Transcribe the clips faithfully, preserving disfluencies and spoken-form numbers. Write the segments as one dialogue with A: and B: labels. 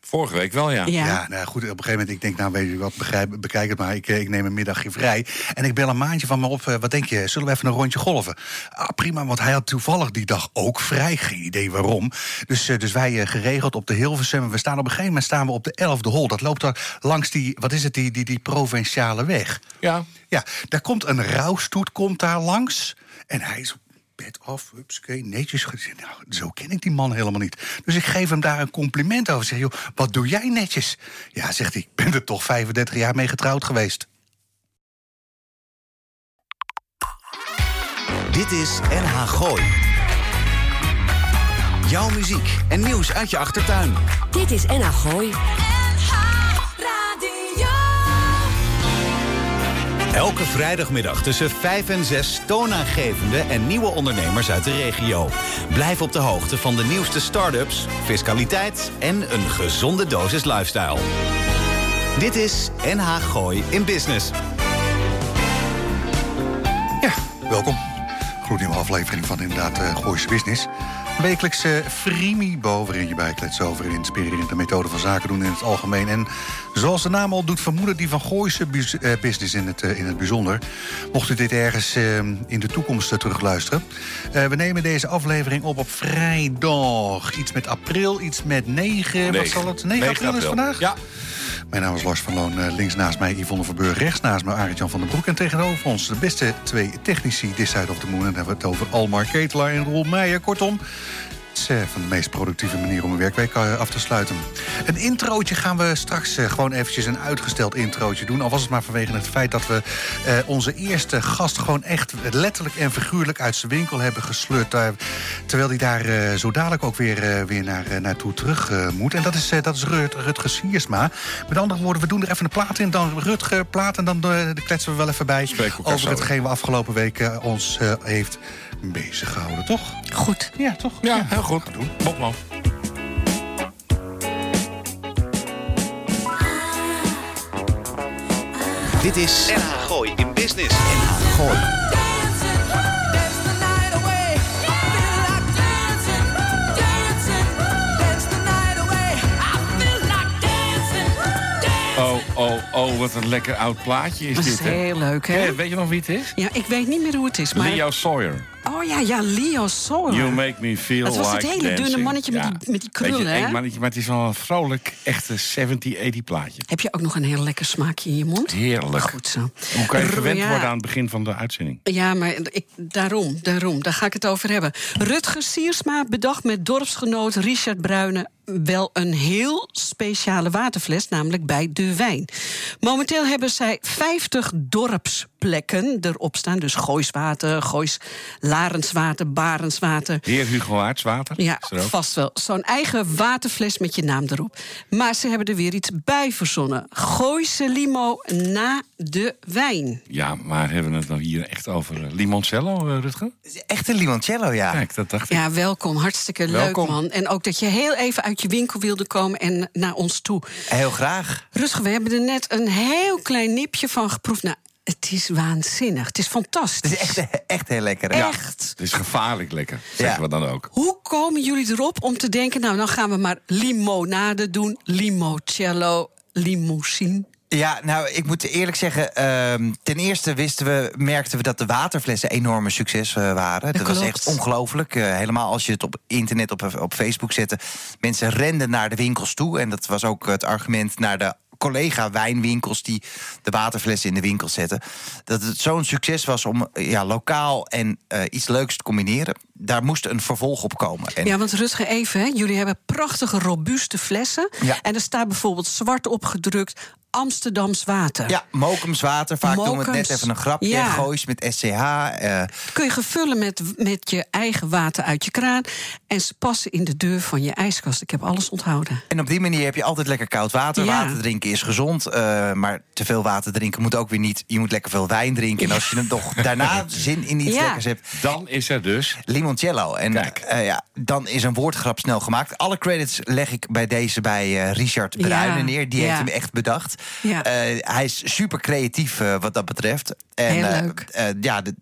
A: Vorige week wel, ja.
B: Ja,
C: Ja, nou goed, op een gegeven moment, ik denk, nou weet je wat, begrijp, bekijk het maar. Ik, ik neem een middagje vrij en ik bel een maandje van me op. Uh, wat denk je, zullen we even een rondje golven? Ah, prima, want hij had toevallig die dag ook vrij. Geen idee waarom. Dus, uh, dus wij uh, geregeld op de Hilversum. We staan op een gegeven moment staan we op de elfde hol. Dat loopt daar langs die, wat is het, die, die, die provinciale weg.
A: Ja.
C: Ja, daar komt een rouwstoet, komt daar langs. En hij is bed af, hupskee, netjes gezien. Nou, zo ken ik die man helemaal niet. Dus ik geef hem daar een compliment over. Ik zeg, joh, wat doe jij netjes? Ja, zegt hij, ik ben er toch vijfendertig jaar mee getrouwd geweest.
D: Dit is N H Gooi. Jouw muziek en nieuws uit je achtertuin.
E: Dit is N H Gooi.
D: Elke vrijdagmiddag tussen vijf en zes toonaangevende en nieuwe ondernemers uit de regio. Blijf op de hoogte van de nieuwste start-ups, fiscaliteit en een gezonde dosis lifestyle. Dit is N H Gooi in Business.
C: Ja, welkom. Gloednieuwe aflevering van inderdaad uh, Gooise Business. Wekelijks uh, Freemibo, waarin je bijkletst over een inspirerende methode van zaken doen in het algemeen. En zoals de naam al doet vermoeden, die van Gooise bu- uh, Business in het, uh, in het bijzonder. Mocht u dit ergens uh, in de toekomst uh, terugluisteren. Uh, we nemen deze aflevering op op vrijdag. Iets met april, iets met negen. Wat zal het? negen april is vandaag?
A: Ja.
C: Mijn naam is Lars van Loon, uh, links naast mij Yvonne Verburg, rechts naast mij Arend-Jan van den Broek. En tegenover ons de beste twee technici this side of the moon. En dan hebben we het over Almar Ketelaar en Roel Meijer. Kortom, het is uh, van de meest productieve manier om een werkweek uh, af te sluiten. Een introotje gaan we straks uh, gewoon eventjes een uitgesteld introotje doen. Al was het maar vanwege het feit dat we uh, onze eerste gast gewoon echt letterlijk en figuurlijk uit zijn winkel hebben gesleurd. Uh, terwijl hij daar uh, zo dadelijk ook weer, uh, weer naar, uh, naartoe terug uh, moet. En dat is, uh, dat is Rut, Rutger Siersma. Met andere woorden, we doen er even een plaat in. Dan Rutger plaat en dan uh, kletsen we wel even bij over hetgeen we afgelopen week uh, ons uh, heeft bezig gehouden, toch?
B: Goed.
C: Ja, toch?
A: Ja,
C: ja.
A: heel goed. Bokman.
D: Dit is N H Gooi in Business. N H Gooi.
A: Oh, oh, oh, wat een lekker oud plaatje is
B: Dat
A: dit,
B: is
A: hè?
B: heel leuk, hè?
A: Ja, weet je nog wie het is?
B: Ja, ik weet niet meer hoe het is, maar...
A: Leo Sawyer.
B: Oh ja, ja, Leo Sawyer.
A: You make me feel
B: Dat was
A: like
B: het hele dunne
A: dancing.
B: mannetje met die- met die krullen,
A: Beetje
B: hè?
A: eng mannetje, maar het is wel een vrolijk, echte zeventig, tachtig plaatje.
B: Heb je ook nog een heel lekker smaakje in je mond?
A: Heerlijk.
B: Goed zo.
A: Hoe kan je
B: R-
A: verwend
B: ja.
A: worden aan het begin van de uitzending?
B: Ja, maar ik, daarom, daarom, daar ga ik het over hebben. Rutger Siersma bedacht met dorpsgenoot Richard Bruyne wel een heel speciale waterfles, namelijk bij De Wijn. Momenteel hebben zij vijftig dorpsplekken erop staan. Dus Gooiswater, Goois Larenswater, Barenswater.
A: Heer Hugo Aartswater?
B: Ja,
A: is er ook.
B: vast wel. Zo'n eigen waterfles met je naam erop. Maar ze hebben er weer iets bij verzonnen. Gooise limo na de wijn.
A: Ja, maar hebben we het nou hier echt over uh, limoncello, uh, Rutger?
F: Echt een limoncello, ja.
A: Kijk, dat dacht ik.
B: Ja, welkom. Hartstikke
A: Welkom.
B: leuk, man. En ook dat je heel even uit je winkel wilde komen en naar ons toe.
F: Heel graag.
B: Rutger, we hebben er net een heel klein nipje van geproefd. Nou, het is waanzinnig. Het is fantastisch.
F: Het is echt, echt heel lekker. Hè?
B: Echt.
A: Het is gevaarlijk lekker, zeggen
F: Ja.
A: we dan ook.
B: Hoe komen jullie erop om te denken, nou, dan gaan we maar limonade doen. Limoncello, limousine.
F: Ja, nou, ik moet eerlijk zeggen, ehm, ten eerste wisten we, merkten we dat de waterflessen enorme succes uh, waren. Dat was
B: klopt.
F: echt ongelooflijk. Uh, helemaal als je het op internet, op, op Facebook zette. Mensen renden naar de winkels toe. En dat was ook het argument naar de collega-wijnwinkels die de waterflessen in de winkel zetten. Dat het zo'n succes was om ja, lokaal en uh, iets leuks te combineren. Daar moest een vervolg op komen. En
B: Ja, want Rutger, even, hè, jullie hebben prachtige, robuuste flessen.
F: Ja.
B: En er staat bijvoorbeeld zwart opgedrukt Amsterdams water.
F: Ja, Mokums water. Vaak doen we het net
B: Mokums.
F: even een grapje.
B: Ja.
F: Goois met S C H. Uh,
B: Kun je gevullen met, met je eigen water uit je kraan. En ze passen in de deur van je ijskast. Ik heb alles onthouden.
F: en op die manier heb je altijd lekker koud water.
B: Ja.
F: Water drinken is gezond. Uh, maar te veel water drinken moet ook weer niet. Je moet lekker veel wijn drinken. En als je dan toch daarna zin in iets
B: Ja.
F: lekkers hebt.
A: Dan is er dus...
F: Limoncello. En
A: Kijk.
F: uh, ja, dan is een woordgrap snel gemaakt. Alle credits leg ik bij deze bij uh, Richard Bruyne
B: Ja.
F: neer. Die
B: Ja.
F: heeft hem echt bedacht.
B: Ja.
F: Uh, hij is super creatief uh, wat dat betreft. En,
B: Heel
F: uh,
B: leuk.
F: uh, ja, de,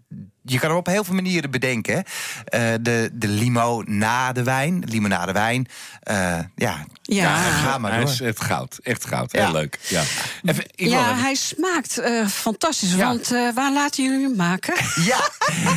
F: je kan hem op heel veel manieren bedenken. Uh, de, de limo na de wijn, limonade wijn. Uh, ja,
B: Ja,
A: Ja,
F: ga maar
A: hij
F: door.
A: is echt goud. Echt goud.
F: Ja.
A: Heel leuk. Ja, even, ik
B: ja
A: wil even-
B: hij smaakt uh, fantastisch.
A: Ja.
B: Want uh, waar laten jullie hem maken?
F: Ja,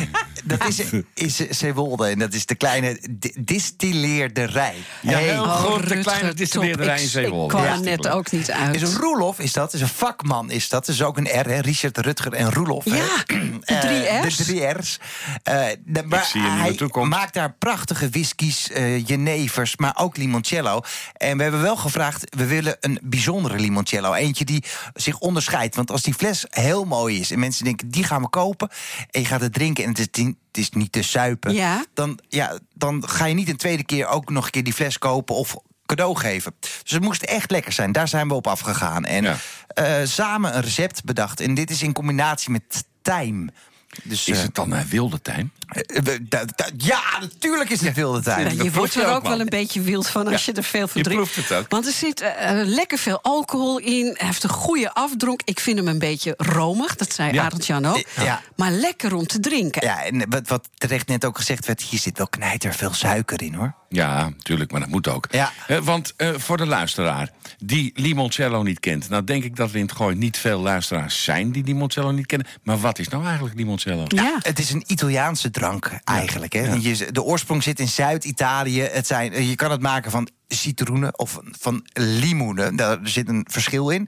F: dat is, is Zeewolde. En dat is de kleine di- distilleerderij.
A: Ja, heel
B: Oh,
A: goed. De
B: Rutger,
A: kleine distilleerderij
B: top.
A: in
B: Ik-
A: Zeewolde.
B: Ik kwam
A: Ja.
B: er net ook niet uit.
F: Is een Roelof, is dat? Is een vakman, is dat? Is ook een R, hè? Richard, Rutger en Roelof. hè?
B: Ja, de drie
F: Eh,
B: R's.
F: De drie R's. Eh, de- maar
A: zie hem in de
F: hij
A: toekomst.
F: maakt daar prachtige whiskies, eh jenevers, maar ook limoncello. En we hebben wel gevraagd, we willen een bijzondere limoncello. Eentje die zich onderscheidt. Want als die fles heel mooi is en mensen denken, die gaan we kopen, en je gaat het drinken en het is, het is niet te suipen,
B: Ja.
F: dan, ja, dan ga je niet een tweede keer ook nog een keer die fles kopen of cadeau geven. Dus het moest echt lekker zijn. Daar zijn we op afgegaan. En
A: Ja.
F: uh, samen een recept bedacht. En dit is in combinatie met tijm. Dus,
A: Is
F: uh,
A: het dan uh, wilde tijm?
F: uh, we- da- da- ja, natuurlijk is het wilde tijm.
B: Ja,
A: dat
B: je
A: proef
B: wordt
A: je
B: er
A: ook,
B: ook wel
A: man.
B: een beetje wild van als
A: Ja,
B: je er veel van
A: je
B: drinkt.
A: proeft het ook.
B: Want er zit uh, lekker veel alcohol in. Hij heeft een goede afdronk. Ik vind hem een beetje romig. Dat zei
A: Ja.
B: Arend Jan ook.
F: Ja.
B: Maar lekker om te drinken.
F: Ja, en wat, wat terecht net ook gezegd werd, hier zit wel knijter veel suiker in, hoor.
A: Ja, natuurlijk, maar dat moet ook.
F: Ja.
A: Eh, want uh, voor de luisteraar die limoncello niet kent, nou denk ik dat er in het Gooi niet veel luisteraars zijn die limoncello niet kennen. Maar wat is nou eigenlijk limoncello?
B: Ja.
F: Het is een Italiaanse drank eigenlijk. Hè?
A: Ja.
F: Je, de oorsprong zit in Zuid-Italië. Het zijn, je kan het maken van citroenen of van limoenen. Daar zit een verschil in.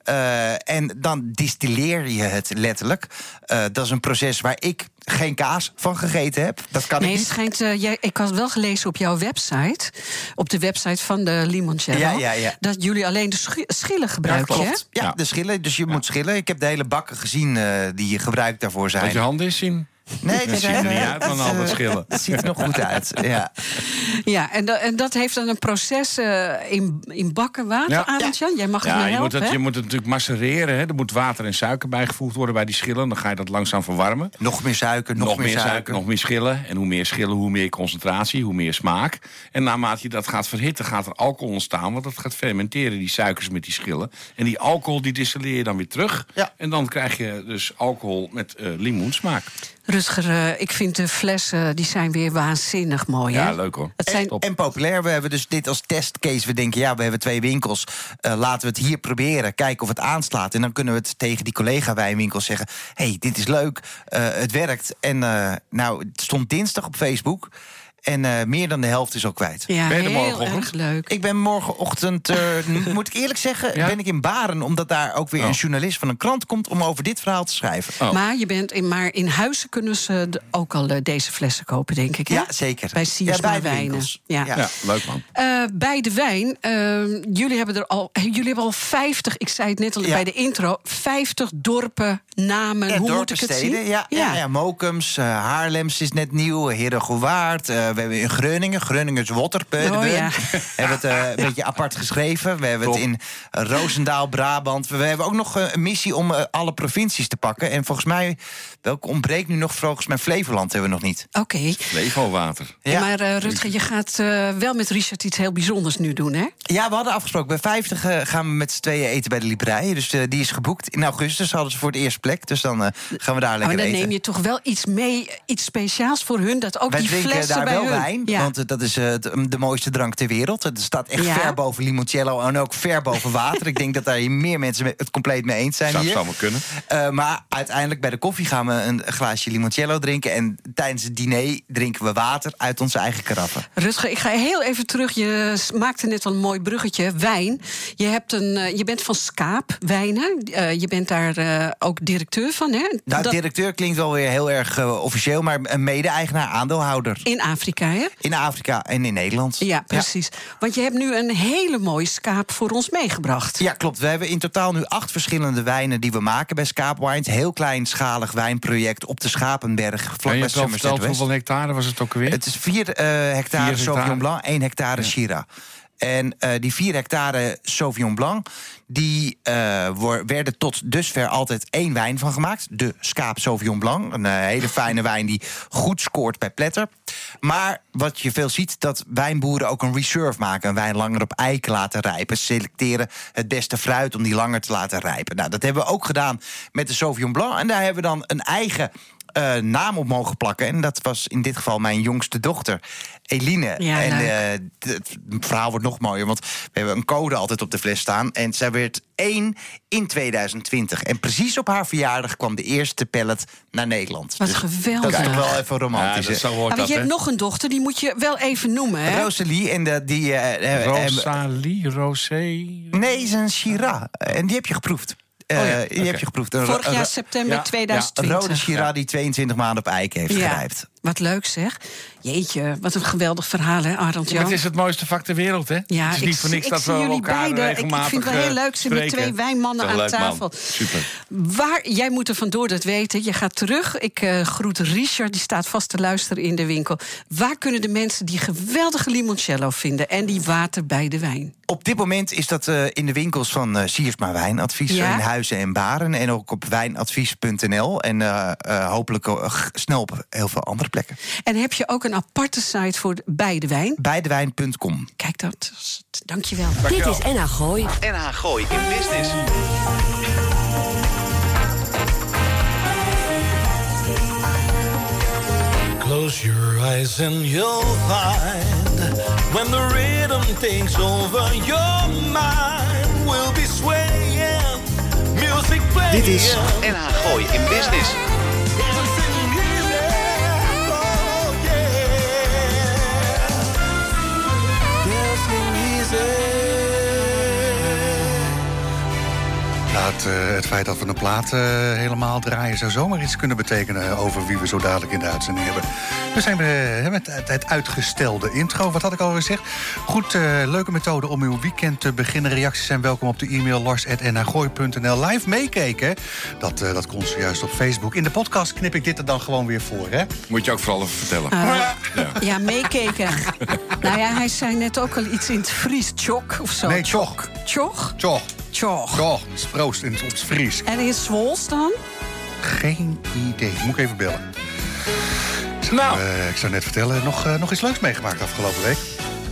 F: Uh, en dan distilleer je het letterlijk. Uh, dat is een proces waar ik geen kaas van gegeten heb. Dat kan
B: Nee,
F: ik
B: het
F: niet.
B: schijnt, uh, jij, ik had wel gelezen op jouw website, op de website van de limoncello,
F: Ja, ja, ja.
B: dat jullie alleen de schi- schillen gebruiken. hè?
F: Klopt. Ja,
A: Ja.
F: de schillen. Dus je moet schillen. Ik heb de hele bakken gezien uh, die je gebruikt daarvoor zijn.
A: Dat je handen eens zien.
F: Nee,
A: Dat
F: nee,
A: ziet er
F: nee,
A: niet
F: nee.
A: uit van
F: Dat,
A: al dat
F: uh,
A: schillen.
F: Het ziet er nog goed uit. Ja.
B: Ja, en, da- en dat heeft dan een proces uh, in, in bakken water,
A: Ja.
B: Arend Jan? Jij mag het
A: Ja,
B: me
A: je moet,
B: helpen,
A: het,
B: hè?
A: je moet het natuurlijk macereren. Hè. Er moet water en suiker bijgevoegd worden bij die schillen. Dan ga je dat langzaam verwarmen.
F: Nog meer suiker, nog,
A: Nog
F: meer suiker.
A: nog meer schillen. En hoe meer schillen, hoe meer concentratie, hoe meer smaak. En naarmate je dat gaat verhitten, gaat er alcohol ontstaan. Want dat gaat fermenteren, die suikers met die schillen. En die alcohol die distilleer je dan weer terug.
F: Ja.
A: En dan krijg je dus alcohol met uh, limoensmaak.
B: Rutger, uh, ik vind de flessen die zijn weer waanzinnig mooi.
A: Ja,
B: hè?
A: leuk hoor.
B: Het zijn,
A: Top.
F: En populair. We hebben dus dit als testcase. We denken, ja, we hebben twee winkels. Uh, laten we het hier proberen. Kijken of het aanslaat. En dan kunnen we het tegen die collega-wijnwinkels zeggen. Hé, hey, dit is leuk. Uh, het werkt. En uh, nou, het stond dinsdag op Facebook. En uh, meer dan de helft is al kwijt.
B: ja,
A: Ben je er
B: heel
A: morgenochtend?
B: erg leuk.
F: Ik ben morgenochtend, uh, moet ik eerlijk zeggen,
A: Ja?
F: ben ik in Baren. Omdat daar ook weer
A: Oh.
F: een journalist van een krant komt om over dit verhaal te schrijven.
A: Oh.
B: Maar, je bent in, maar in Huizen kunnen ze de- ook al uh, deze flessen kopen, denk ik. Hè?
F: Ja, zeker.
B: Bij Siersma
F: Ja, bij de
B: Wijnen.
F: winkels.
B: Ja.
F: Ja.
A: Ja, leuk man.
B: Uh, bij de wijn, uh, jullie hebben er al, jullie hebben al vijftig, ik zei het net al
F: Ja.
B: bij de intro, vijftig dorpen, namen,
F: Ja,
B: hoe moet
F: dorpen,
B: ik het
F: steden,
B: zien?
F: Ja, ja. ja, Mokums, uh, Haarlems is net nieuw, Herengewaard. Uh, we hebben in Groningen, Groningens Waterput.
B: Oh, ja.
F: hebben het uh, een beetje apart geschreven. We hebben
A: Top.
F: het in uh, Roosendaal, Brabant. We, we hebben ook nog uh, een missie om uh, alle provincies te pakken. En volgens mij, welke ontbreekt nu nog? Volgens mij Flevoland hebben we nog niet.
B: Oké,
A: Levowater.
F: Ja.
B: maar uh, Rutger, je gaat uh, wel met Richard iets heel bijzonders nu doen, hè?
F: Ja, we hadden afgesproken. Bij vijftig uh, gaan we met z'n tweeën eten bij de Librei. Dus uh, die is geboekt. In augustus hadden ze voor het eerst plek. Dus dan uh, gaan we daar
B: Maar
F: lekker
B: dan
F: eten.
B: neem je toch wel iets mee, iets speciaals voor hun, dat ook
F: Wij
B: die
F: drinken
B: flessen
F: daar
B: bij
F: wel
B: hun.
F: wijn,
B: Ja.
F: want uh, dat is uh, de, de mooiste drank ter wereld. Het staat echt
B: Ja.
F: ver boven limoncello en ook ver boven water. Ik denk dat daar hier meer mensen het compleet mee eens zijn
A: Zou
F: hier.
A: zou maar kunnen.
F: Uh, maar uiteindelijk bij de koffie gaan we een glaasje limoncello drinken. En tijdens het diner drinken we water uit onze eigen karaffen.
B: Rutger, ik ga heel even terug. Je s- maakte net wel een mooi bruggetje. Wijn. Je, hebt een, uh, je bent van Skaap Wijnen. Uh, je bent daar uh, ook directeur van, hè?
F: Nou,
B: Dat-
F: directeur klinkt wel weer heel erg uh, officieel, maar een mede-eigenaar, aandeelhouder.
B: in Afrika, hè?
F: In Afrika en in Nederland.
B: Ja, precies. Want je hebt nu een hele mooie Skaap voor ons meegebracht.
F: Ja, klopt. We hebben in totaal nu acht verschillende wijnen die we maken bij Skaap Wines. Heel kleinschalig wijnproject op de Schapenberg,
A: Kan je
F: vlakbij
A: het wel
F: Somerset
A: verteld
F: West.
A: hoeveel hectare was het ook alweer?
F: Het is vier uh, hectare
A: Vier
F: Sauvignon
A: hectare.
F: Blanc, één hectare Syrah. En uh, die vier hectare Sauvignon Blanc, die uh, wor- werden tot dusver altijd één wijn van gemaakt. De Skaap Sauvignon Blanc. Een uh, hele fijne wijn die goed scoort bij pletter. Maar wat je veel ziet, dat wijnboeren ook een reserve maken. Een wijn langer op eiken laten rijpen. Selecteren het beste fruit om die langer te laten rijpen. Nou, dat hebben we ook gedaan met de Sauvignon Blanc. En daar hebben we dan een eigen uh, naam op mogen plakken. En dat was in dit geval mijn jongste dochter, Eline.
B: Ja,
F: en uh, het verhaal wordt nog mooier, want we hebben een code altijd op de fles staan. En zij werd één in tweeduizend twintig. En precies op haar verjaardag kwam de eerste pallet naar Nederland.
B: Wat
F: dus
B: geweldig.
F: dat is toch wel even romantisch.
A: Ja, dat zo hoort
B: Ja, want
A: dat,
B: je
A: hè?
B: hebt nog een dochter, die moet je wel even noemen, hè?
F: Rosalie en de, die... Uh, uh,
A: Rosalie, Rosé...
F: Nee, is een Shiraz. En die heb je geproefd. Uh,
A: Oh ja,
F: Die
A: oké.
F: heb je geproefd. Een
B: Vorig
F: ro-
B: jaar
F: ro-
B: september
A: ja,
B: tweeduizend
F: Een
B: twintig.
F: rode Shiraz die tweeëntwintig maanden op eiken heeft
B: Ja,
F: gerijpt.
B: wat leuk zeg. Jeetje, wat een geweldig verhaal, hè, Arend
A: Ja,
B: Jan?
A: het is het mooiste vak ter wereld, hè?
B: Ja,
A: het is niet
B: ik,
A: voor niks
B: ik
A: dat
B: zie
A: we
B: jullie
A: elkaar
B: beiden. Ik, ik
A: regelmatig
B: vind het wel heel
A: eh,
B: leuk. Ze hebben
A: spreken.
B: twee wijnmannen
A: Toch
B: aan
A: leuk, man.
B: tafel.
A: Super.
B: Waar, jij moet er vandoor, dat weten. Je gaat terug. Ik uh, groet Richard, die staat vast te luisteren in de winkel. Waar kunnen de mensen die geweldige limoncello vinden en die water bij de wijn?
F: Op dit moment is dat uh, in de winkels van uh, Siersma Wijnadvies,
B: Ja?
F: in Huizen en Baren. En ook op wijnadvies punt n l. En uh, uh, hopelijk uh, snel op heel veel andere plekken.
B: En heb je ook een aparte site voor de, bij de wijn?
F: Bijdewijn punt com.
B: Kijk, dat is het. Dank je wel.
E: Dit is N H Gooi.
D: N H Gooi in Business.
G: Close your eyes and you'll find when the rhythm takes over your mind, we'll be swaying, music playing.
D: Dit is N H Gooi in Business.
G: Dancing easy, oh yeah. Dancing easy.
C: Nou, het, uh, het feit dat we een plaat uh, helemaal draaien zou zomaar iets kunnen betekenen over wie we zo dadelijk in de uitzending hebben. We zijn uh, met het, het uitgestelde intro. Wat had ik al gezegd? Goed, uh, leuke methode om uw weekend te beginnen. Reacties zijn welkom op de e-mail lars apenstaartje n h gooi punt n l. Live meekijken, dat, uh, dat kon zojuist op Facebook. In de podcast knip ik dit er dan gewoon weer voor, hè?
A: Moet je ook vooral even vertellen.
B: Uh,
A: ja.
B: ja, meekeken. Nou ja, hij zei net ook al iets in het Fries. Tjok of zo.
C: Nee, tjok.
B: Tjok?
C: Tjoh,
B: Tjok.
C: tjoh, sproost in het Fries.
B: En in Zwols dan?
C: Geen idee. Moet ik even bellen.
A: Nou,
C: Uh, ik zou net vertellen, nog, uh, nog iets leuks meegemaakt afgelopen week.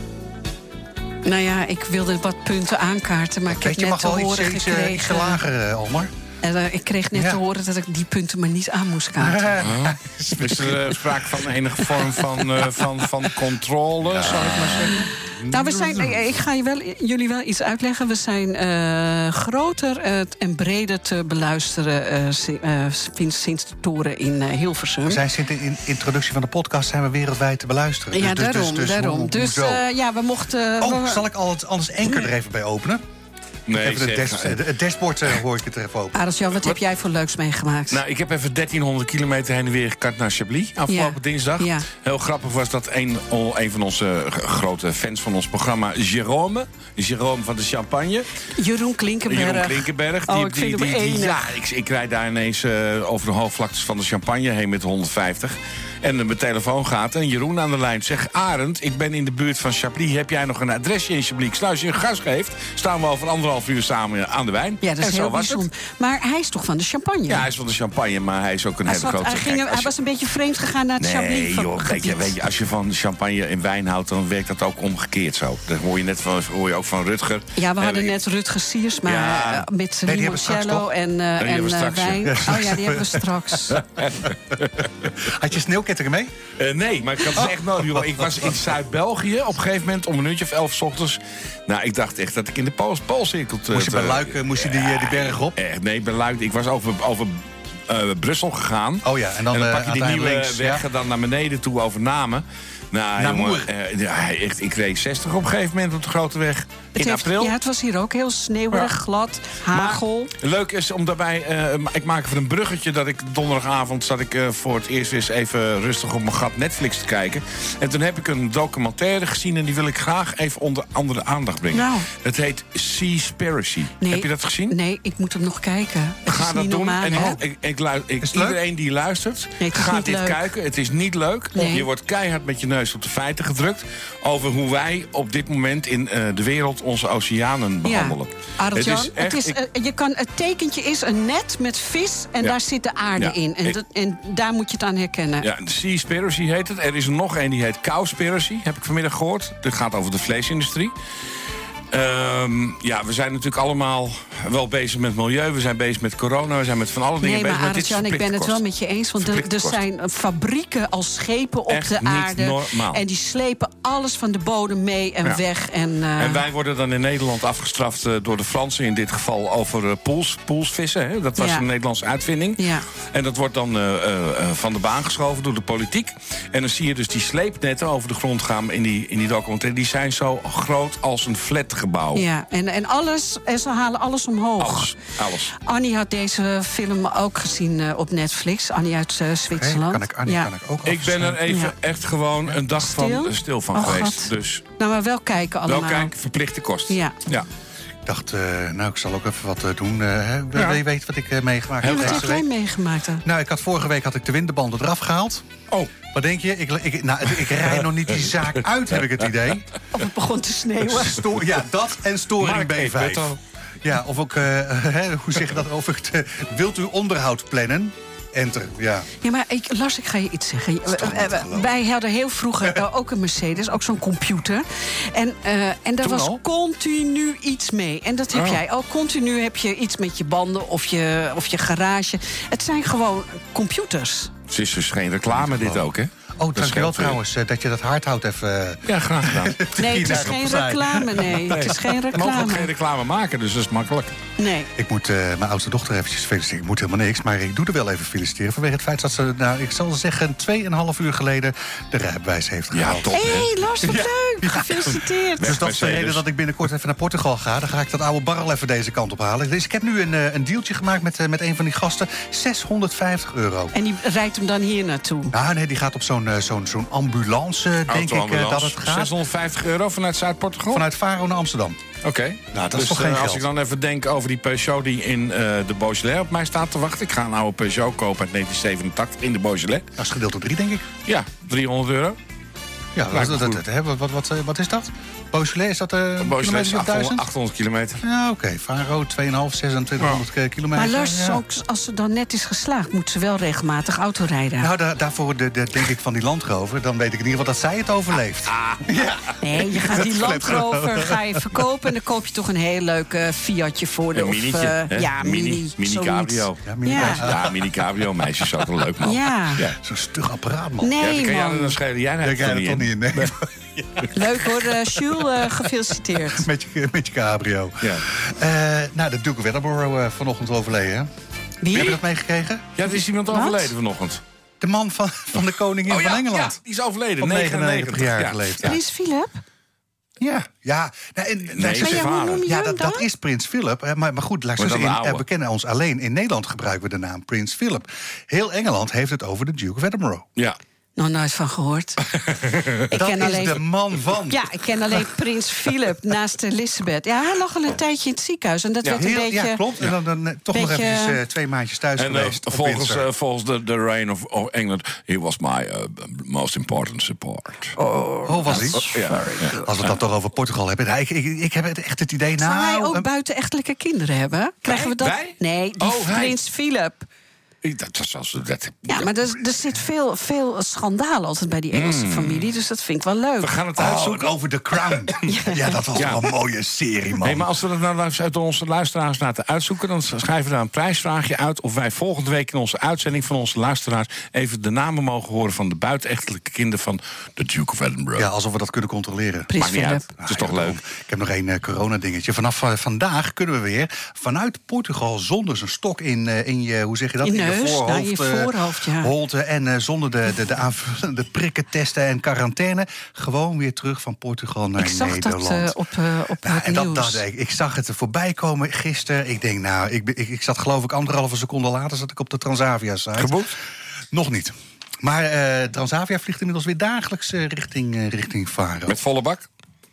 B: Nou ja, ik wilde wat punten aankaarten, maar ik
C: Weet
B: heb
C: je,
B: net
C: mag
B: te
C: wel iets,
B: horen
C: iets, uh,
B: gekregen.
C: iets lager, uh, Almar.
B: En, uh, ik kreeg net
C: Ja.
B: te horen dat ik die punten maar niet aan moest kaarten.
A: is er uh, sprake van enige vorm van, uh, van, van controle, ja. zou ik maar zeggen?
B: Nou, we zijn, ik ga je wel, jullie wel iets uitleggen. We zijn uh, groter uh, en breder te beluisteren uh, si, uh, sinds, sinds de toren in uh, Hilversum.
C: We zijn sinds de in- introductie van de podcast zijn we wereldwijd te beluisteren.
B: Ja,
C: Dus- dus-
B: daarom.
C: dus- dus
B: daarom.
C: hoe-
B: Dus
C: hoezo?
B: uh, ja, we mochten...
C: Oh,
B: we-
C: zal ik al het, anders Anchor er even bij openen?
A: Nee,
C: Even het,
A: zeg,
C: dash,
A: uh,
C: het dashboard uh, hoor ik het er even open.
B: Arend Jan, wat, wat heb jij voor leuks meegemaakt?
A: Nou, ik heb even dertienhonderd kilometer heen en weer gekart naar Chablis afgelopen
B: Ja.
A: dinsdag.
B: Ja.
A: Heel grappig was dat een, een van onze g- grote fans van ons programma, Jérôme, Jérôme van de Champagne,
B: Jeroen Klinkenberg.
A: Jeroen Klinkenberg.
B: Oh, ik vind hem enig.
A: Ja, ik, ik rijd daar ineens uh, over de hoogvlaktes van de Champagne heen met honderdvijftig. En uh, mijn telefoon gaat en Jeroen aan de lijn zegt: Arend, ik ben in de buurt van Chablis. Heb jij nog een adresje in Chablis? Ik sluit, als je een gas geeft, staan we over anderhalf uur samen aan de wijn.
B: Ja, dat is
A: en zo
B: heel
A: was het.
B: bijzonder. Maar hij is toch van de champagne?
A: Ja, hij is van de Champagne, maar hij is ook een
B: hij,
A: hele
B: zat-
A: grote
B: hij, ging,
A: gek.
B: hij
A: Als je-
B: was een beetje vreemd gegaan naar het Chablis.
A: Nee, joh, weet je, weet je, als je van champagne en wijn houdt, dan werkt dat ook omgekeerd zo. Dat hoor je net van, hoor je ook van Rutger.
B: Ja, we hadden
A: En-
B: net Rutger Siersma
A: Ja.
B: uh, met
C: Nee, die hebben we straks,
B: limoncello
C: toch?
B: en, uh,
A: die
B: en
A: hebben we
B: uh,
A: straks, ja.
B: wijn.
C: Ja,
B: Oh ja, die hebben we straks.
C: Had je sneeuwkettingen mee?
A: Uh, nee, maar ik had het echt nodig. joh. Ik was in Zuid-België op een gegeven moment om een uurtje of elf 's ochtends. Nou, ik dacht echt dat ik in de Pool, Poolcirkel... te-
C: Moest je bij
A: te-
C: Luik uh, moest je die, uh, die berg op?
A: Echt, nee, bij Luik. Ik was over, over uh, Brussel gegaan.
C: Oh ja, en dan,
A: en dan
C: uh,
A: pak je die
C: aan het
A: nieuwe
C: eind links,
A: weg
C: ja.
A: en dan naar beneden toe over Namen. Nou,
C: Naar
A: jongen,
C: Moer.
A: uh, ja, echt, ik reed zestig op een gegeven moment op de grote weg.
B: Het
A: In
B: heeft-
A: april.
B: Ja, het was hier ook heel sneeuwig,
A: Ja.
B: glad, hagel.
A: Maar leuk is om daarbij, uh, ik maak even een bruggetje dat ik donderdagavond zat ik uh, voor het eerst eens even rustig op mijn gat Netflix te kijken. En toen heb ik een documentaire gezien en die wil ik graag even onder andere aandacht brengen.
B: Nou.
A: Het heet Seaspiracy.
B: Nee,
A: Heb je dat gezien?
B: Nee, ik moet hem nog kijken. Het
A: Ga
B: is
A: dat
B: niet
A: doen.
B: normaal,
A: en
B: hè?
A: ik, ik, lu- ik,
C: Is het leuk?
A: iedereen die luistert,
B: Nee, het is
A: gaat
B: niet
A: dit
B: leuk.
A: kijken. Het is niet leuk.
B: Nee.
A: Je wordt keihard met je neus op de feiten gedrukt over hoe wij op dit moment in uh, de wereld onze oceanen behandelen.
B: Ja. Arend Jan, het
A: echt-
B: is,
A: ik-
B: eh, je kan, het tekentje is een net met vis en
A: Ja.
B: daar zit de aarde
A: Ja.
B: in. En,
A: Ik-
B: dat, en daar moet je het aan herkennen.
A: Ja, de Seaspiracy heet het. Er is er nog een die heet Cowspiracy, heb ik vanmiddag gehoord. Dat gaat over de vleesindustrie. Ehm, ja, we zijn natuurlijk allemaal wel bezig met milieu, we zijn bezig met corona... we zijn met van alle dingen
B: Nee, maar
A: bezig. Maar dit is
B: Arend-Jan, ik ben het
A: verplichte
B: wel
A: kost.
B: met je eens. Want er,
A: Verplichte
B: er
A: kost.
B: zijn fabrieken als schepen op
A: Echt
B: de
A: niet
B: aarde.
A: normaal.
B: En die slepen alles van de bodem mee en
A: Ja.
B: weg. En, uh,
A: En wij worden dan in Nederland afgestraft uh, door de Fransen... in dit geval over uh, pools, poolsvissen. Hè? Dat was
B: Ja.
A: een Nederlandse uitvinding.
B: Ja.
A: En dat wordt dan uh, uh, van de baan geschoven door de politiek. En dan zie je dus die sleepnetten over de grond gaan in die, in die documentaire. Die zijn zo groot als een flatgebouw.
B: Ja, en, en, alles, en ze halen alles omhoog.
A: Alles, alles.
B: Annie had deze film ook gezien uh, op Netflix. Annie uit uh, Zwitserland.
C: Kan ik, Annie,
B: ja.
C: kan ik ook
A: Ik ben er even
B: Ja.
A: echt gewoon een dag
B: Stil?
A: van stil van
B: Oh,
A: geweest.
B: God.
A: Dus
B: Nou, maar wel kijken allemaal.
A: wel kijk, verplichte kost.
B: Ja.
A: ja.
C: Ik dacht, uh, nou, ik zal ook even wat uh, doen. Uh, hè.
A: Ja.
C: Je weet wat ik uh, meegemaakt
A: Heel
C: heb
B: Wat
A: graag.
C: deze
B: heb jij
C: week.
B: meegemaakt dan?
C: Nou, ik had vorige week had ik de winterbanden eraf gehaald.
A: Oh,
C: Wat denk je? Ik, ik, nou, ik rij nog niet die zaak uit, heb ik het idee.
B: Of het begon te sneeuwen.
C: Sto- ja, dat en storing
A: Mark
C: B vijf.
A: Eberto.
C: Ja, of ook, uh, hè, hoe zeg je dat? Of ik uh, wilt u onderhoud plannen? Enter, ja.
B: Ja, maar ik, Lars, ik ga je iets zeggen.
C: toch niet te geloven.
B: Wij hadden heel vroeger uh, ook een Mercedes, ook zo'n computer. En, uh, en daar
C: Toen
B: was
C: al?
B: continu iets mee. En dat heb
A: Oh.
B: jij ook. Continu heb je iets met je banden of je, of je garage. Het zijn gewoon computers.
A: het is dus geen reclame dit ook, hè?
C: Oh,
A: Dat
C: dankjewel
A: scheelt, uh,
C: trouwens, uh, dat je dat hardhout even... Uh,
A: Ja, graag gedaan.
B: Nee, het is
C: daar
B: geen
C: opzij.
B: reclame, nee. Het is geen
A: We mogen ook
B: reclame.
A: geen reclame maken, dus dat is makkelijk.
B: Nee.
C: Ik moet uh, mijn oudste dochter eventjes feliciteren. Ik moet helemaal niks, maar ik doe er wel even feliciteren. Vanwege het feit dat ze, nou, ik zal zeggen, tweeënhalf uur geleden de rijbewijs heeft
A: Ja,
C: gehaald.
A: top.
B: Hé, hey, Lars, wat
C: Ja.
B: leuk. Gefeliciteerd.
C: Dus dat is de
A: Mercedes.
C: reden dat ik binnenkort even naar Portugal ga. Dan ga ik dat oude barrel even deze kant op halen. Dus ik heb nu een, uh, een dealtje gemaakt met, uh, met een van die gasten. zeshonderdvijftig euro.
B: En die rijdt hem dan hier naartoe.
C: Ah, nee, die gaat op zo'n uh, zo'n zo'n ambulance, denk ik, uh,
A: Autoambulance.
C: dat het gaat.
A: zeshonderdvijftig euro vanuit Zuid-Portugal?
C: Vanuit Faro naar Amsterdam.
A: Oké.
C: Nou, dat is
A: dus,
C: toch geen
A: eh, als
C: geld.
A: ik dan even denk over die Peugeot die in uh, de Beaujolais op mij staat te wachten. Ik ga een oude Peugeot kopen uit negentien zevenentachtig in de Beaujolais.
C: Dat is gedeeld door drie, denk ik.
A: Ja, driehonderd euro.
C: Ja, dat,
A: Lijkt me
C: dat,
A: goed.
C: dat, hè, wat, wat, wat, wat is dat? Beaujolais, is dat uh, een
A: Beaujolais
C: kilometer
A: is
C: of
A: achthonderd,
C: duizend?
A: achthonderd kilometer.
C: Ja, oké. Okay. Faro, tweeënhalf, zesentwintighonderd uh, kilometer.
B: Maar Lars,
C: ja.
B: ook als ze dan net is geslaagd, moet ze wel regelmatig auto rijden.
C: Nou, da daarvoor de, de, denk ik van die Land Rover. Dan weet ik in ieder geval dat zij het overleeft. Ja.
B: Nee, je gaat die
C: Flat
B: Land Rover ga je verkopen en dan koop je toch een heel leuk uh, Fiatje voor de.
A: Een minietje.
B: uh,
A: hè?
B: ja, mini,
A: mini, mini
B: zoiets.
A: cabrio.
C: Ja, mini
B: Ja.
C: meisje.
A: Ja, mini cabrio. Meisjes zo toch leuk, man.
B: Ja.
A: ja.
C: Zo'n stug apparaat, man.
A: Ja, dan
B: Nee,
A: kan jij er
B: man.
A: dan schelen. Jij
C: Daar
A: hebt
C: krijg
A: er
C: je
A: niet
C: het toch
A: in.
C: niet in. Nee.
B: Leuk hoor, uh, Jules, uh, gefeliciteerd.
C: met, je, met je cabrio.
A: Ja.
C: Uh, nou, de Duke of Edinburgh uh, vanochtend overleden, hè?
B: Wie?
C: Heb je dat meegekregen?
A: Ja, er is iemand
B: Wat?
A: overleden vanochtend.
C: De man van, van de koningin
A: Oh ja,
C: van Engeland.
A: ja, die is overleden.
C: Op
A: negenennegentig
C: negenennegentig-jarige
A: ja.
C: leeftijd.
B: Prins Philip?
C: Ja. Ja. Nou, en, nou,
A: Nee,
C: ze
B: Maar
A: zijn
B: ja, hoe
A: vader.
B: noem je
C: Ja,
B: hem
C: dat,
B: dan?
C: dat is Prins Philip. hè, Maar, maar goed, laat ik
A: Maar
C: zo
A: dan de
C: zeggen, in-
A: oude.
C: we kennen ons alleen. In Nederland gebruiken we de naam Prins Philip. Heel Engeland heeft het over de Duke of Edinburgh.
A: Ja.
B: Nog nooit van gehoord. ik
C: Dat
B: ken
C: is
B: alleen.
C: de man van.
B: Ja, ik ken alleen Prins Philip naast Elisabeth. Ja, hij lag al een tijdje in het ziekenhuis. En dat
A: Ja,
B: werd een
C: Heel,
B: beetje.
C: ja, klopt. En dan, dan eh, toch nog
B: beetje-
C: eventjes eh, twee maandjes thuis
A: En uh,
C: geweest. op
A: volgens,
C: Windsor.
A: uh, volgens de, de reign of, of England, he was my uh, most important support.
C: oh, was hij?
A: Ja.
C: Als we het dan toch over Portugal hebben. Nou, ik, ik, ik heb het echt het idee...
B: Zou
C: Nou,
B: hij ook
C: een-
B: buitenechtelijke kinderen hebben? Krijgen we dat?
A: Wij?
B: Nee, die
A: Oh, hij.
B: Prins Philip.
A: Dat, dat, dat, dat,
B: Ja, maar er, er zit veel, veel schandaal altijd bij die Engelse familie. Dus dat vind ik wel leuk.
A: we gaan het
C: Oh,
A: uitzoeken.
C: over The Crown. ja, dat was
A: Ja.
C: wel een mooie serie, man.
A: Nee, maar als we dat nou uit onze luisteraars laten uitzoeken, dan schrijven we daar een prijsvraagje uit of wij volgende week in onze uitzending van onze luisteraars even de namen mogen horen van de buitenechtelijke kinderen van de Duke of Edinburgh.
C: Ja, alsof we dat kunnen controleren.
B: Prins
A: Maakt niet
B: Philip.
A: uit. Het is
C: Ah,
A: toch
C: ja,
A: leuk.
C: daarom. Ik heb nog één uh, corona-dingetje. Vanaf uh, vandaag kunnen we weer vanuit Portugal zonder zijn stok in, uh, in je, hoe zeg je dat?
B: In
C: je
B: neus,
C: voorhoofd,
B: nou, je
C: uh,
B: voorhoofd, ja.
C: holte en uh, zonder de, de, de aanvullende prikken, testen en quarantaine. Gewoon weer terug van Portugal naar
B: Ik zag
C: Nederland.
B: dat uh, op, uh, op
C: Nou,
B: het
C: en dat,
B: nieuws.
C: dat, ik, ik zag het er voorbij komen gisteren. Ik denk, nou, ik, ben- ik, ik zat geloof ik anderhalve seconde later zat ik op de Transavia-site.
A: Geboekt?
C: Nog niet. Maar uh, Transavia vliegt inmiddels weer dagelijks uh, richting, uh, richting Faro.
A: Met volle bak?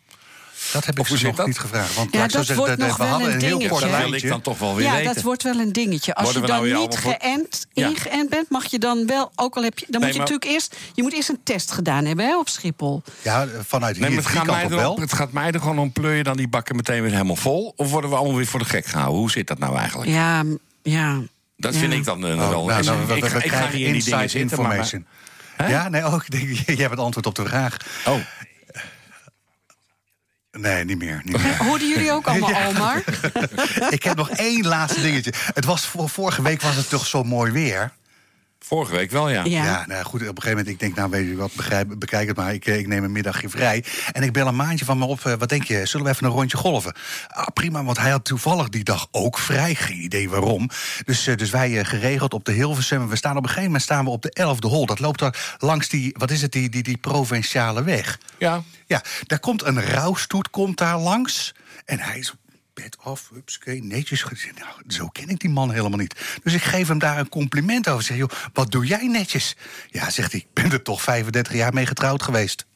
C: Dat heb ik
A: Of hoe
C: ze
A: zit
C: nog
A: dat?
C: niet gevraagd. Want
B: Ja,
C: laat ik zo
B: dat
C: zeggen,
B: wordt
C: de- de-
B: nog
C: we
B: wel
C: hadden
B: een
C: een heel
B: dingetje.
C: kort
A: Dat wil ik
C: lijntje.
A: dan toch wel weer
B: Ja,
A: weten.
B: dat wordt wel een dingetje. Als
A: Worden
B: je
A: we
B: dan
A: nou weer
B: niet
A: allemaal voor-
B: geënt,
A: Ja.
B: ingeënt bent, mag je dan wel, ook al heb je, dan
A: Nee,
B: moet je
A: maar-
B: natuurlijk eerst, je moet eerst een test gedaan hebben hè, op Schiphol.
C: Ja, vanuit
A: Nee,
C: hier
A: maar het,
C: die
A: gaat
C: kant
A: mij
C: op
A: er,
C: wel.
A: het gaat mij er gewoon om, pleur je dan die bakken meteen weer helemaal vol? Of worden we allemaal weer voor de gek gehouden? Hoe zit dat nou eigenlijk?
B: Ja, m- ja.
A: Dat
B: ja.
A: vind ik dan uh,
C: Oh,
A: wel...
C: nou,
A: en
C: nou, we,
A: ik,
C: we,
A: ga-
C: we
A: ik ga
C: krijgen
A: niet in die dingen
C: inside
A: zitten, maar...
C: information.
A: Hè?
C: Ja, nee, ook. Ik denk, jij hebt het antwoord op de vraag.
A: Oh,
C: Nee, niet meer. Niet meer.
B: Hoorden jullie ook allemaal
C: Ja.
B: Almar?
C: Ik heb nog één laatste dingetje. Het was, vorige week was het toch zo mooi weer.
A: Vorige week wel, ja.
B: Ja.
C: Ja, nou goed, op een gegeven moment, ik denk, nou weet je wat, begrijp, bekijk het maar. Ik, ik neem een middagje vrij. En ik bel een maandje van me op, uh, wat denk je, zullen we even een rondje golven? Ah, prima, want hij had toevallig die dag ook vrij. Geen idee waarom. Dus, uh, dus wij uh, geregeld op de Hilversum. We staan op een gegeven moment staan we op de elfde hol. Dat loopt er langs die, wat is het, die, die, die provinciale weg.
A: Ja.
C: Ja, daar komt een rouwstoet komt daar langs. En hij is bed af, hupsakee, netjes. Nou, zo ken ik die man helemaal niet. Dus ik geef hem daar een compliment over. Ik zeg, joh, wat doe jij netjes? Ja, zegt hij, ik ben er toch vijfendertig jaar mee getrouwd geweest.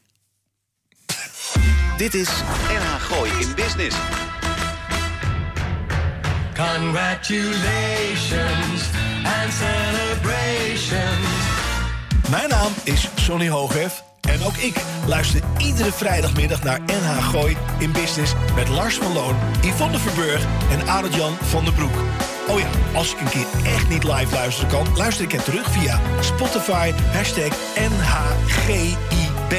D: Dit is N H Gooi in Business.
G: Congratulations and celebrations. Mijn naam is Sonny Hooghef en ook ik luister iedere vrijdagmiddag naar N H Gooi in Business met Lars van Loon, Yvonne Verburg en Arend-Jan van den Broek. Oh ja, als ik een keer echt niet live luisteren kan, luister ik het terug via Spotify, hashtag N H G I B.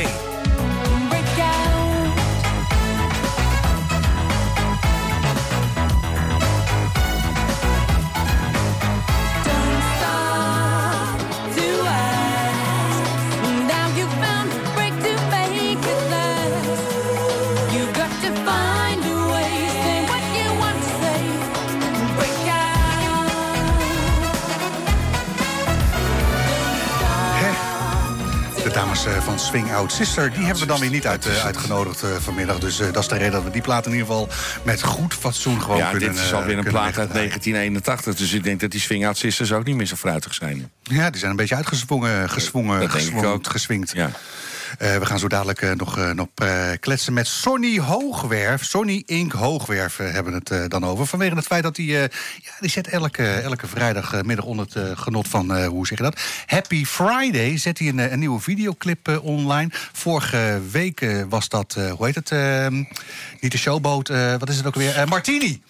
C: De dames uh, van Swing Out Sister, die hebben we dan weer niet uit, uh, uitgenodigd uh, vanmiddag. Dus uh, dat is de reden dat we die plaat in ieder geval met goed fatsoen gewoon
A: Ja,
C: kunnen
A: dit is
C: uh,
A: alweer een
C: kunnen
A: plaat uit
C: wegdraaien.
A: negentien eenentachtig. Dus ik denk dat die Swing Out Sisters ook niet meer zo fruitig zijn.
C: Ja, die zijn een beetje uitgezwongen, gezwongen,
A: Dat denk ik
C: gezwongen,
A: ook.
C: geswingd.
A: Ja.
C: Uh, we gaan zo dadelijk uh, nog, uh, nog uh, kletsen met Sonny Hoogwerf. Sonny Inc. Hoogwerf uh, hebben we het uh, dan over. Vanwege het feit dat hij, uh, ja, die zet elke, elke vrijdagmiddag onder het uh, genot van, uh, hoe zeg je dat? Happy Friday zet hij een, een nieuwe videoclip uh, online. Vorige week uh, was dat, uh, hoe heet het? Uh, niet de showboot, uh, wat is het ook weer? Uh, Martini.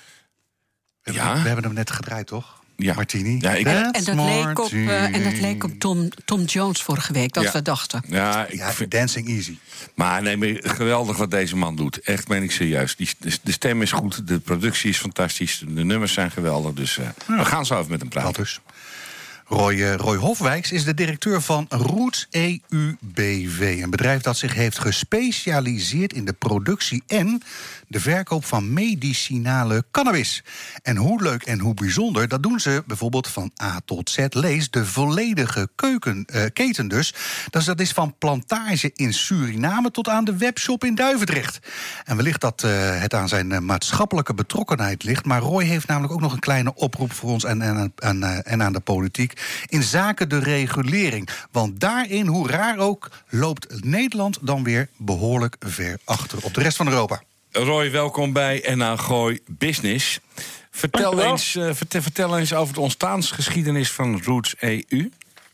C: We,
A: Ja.
C: hebben, we hebben hem net gedraaid, toch?
A: Ja.
C: Martini.
A: Ja, ik-
B: En
C: That's
B: dat, leek op, uh, en dat
C: Martini.
B: leek op Tom, Tom Jones vorige week, dat
A: Ja.
B: we dachten.
A: Ja, ik
C: Ja,
A: vind,
C: Dancing Easy.
A: maar nee, maar geweldig wat deze man doet. Echt, meen ik serieus. Die, de, de stem is goed, de productie is fantastisch, de nummers zijn geweldig. Dus uh, we gaan zo even met hem praten.
C: Dat dus. Roy, uh, Roy Hofwijks is de directeur van Roots E U B V. Een bedrijf dat zich heeft gespecialiseerd in de productie en de verkoop van medicinale cannabis. En hoe leuk en hoe bijzonder, dat doen ze bijvoorbeeld van A tot Z. Lees de volledige keuken, uh, keten dus. dus. Dat is van plantage in Suriname tot aan de webshop in Duivendrecht. En wellicht dat uh, het aan zijn uh, maatschappelijke betrokkenheid ligt. Maar Roy heeft namelijk ook nog een kleine oproep voor ons en, en, en, uh, en aan de politiek in zaken de regulering. Want daarin, hoe raar ook, loopt Nederland dan weer behoorlijk ver achter op de rest van Europa.
A: Roy, welkom bij N H Gooi Business. Vertel
E: Dankjewel.
A: eens, uh, vertel, vertel eens over de ontstaansgeschiedenis van Roots E U.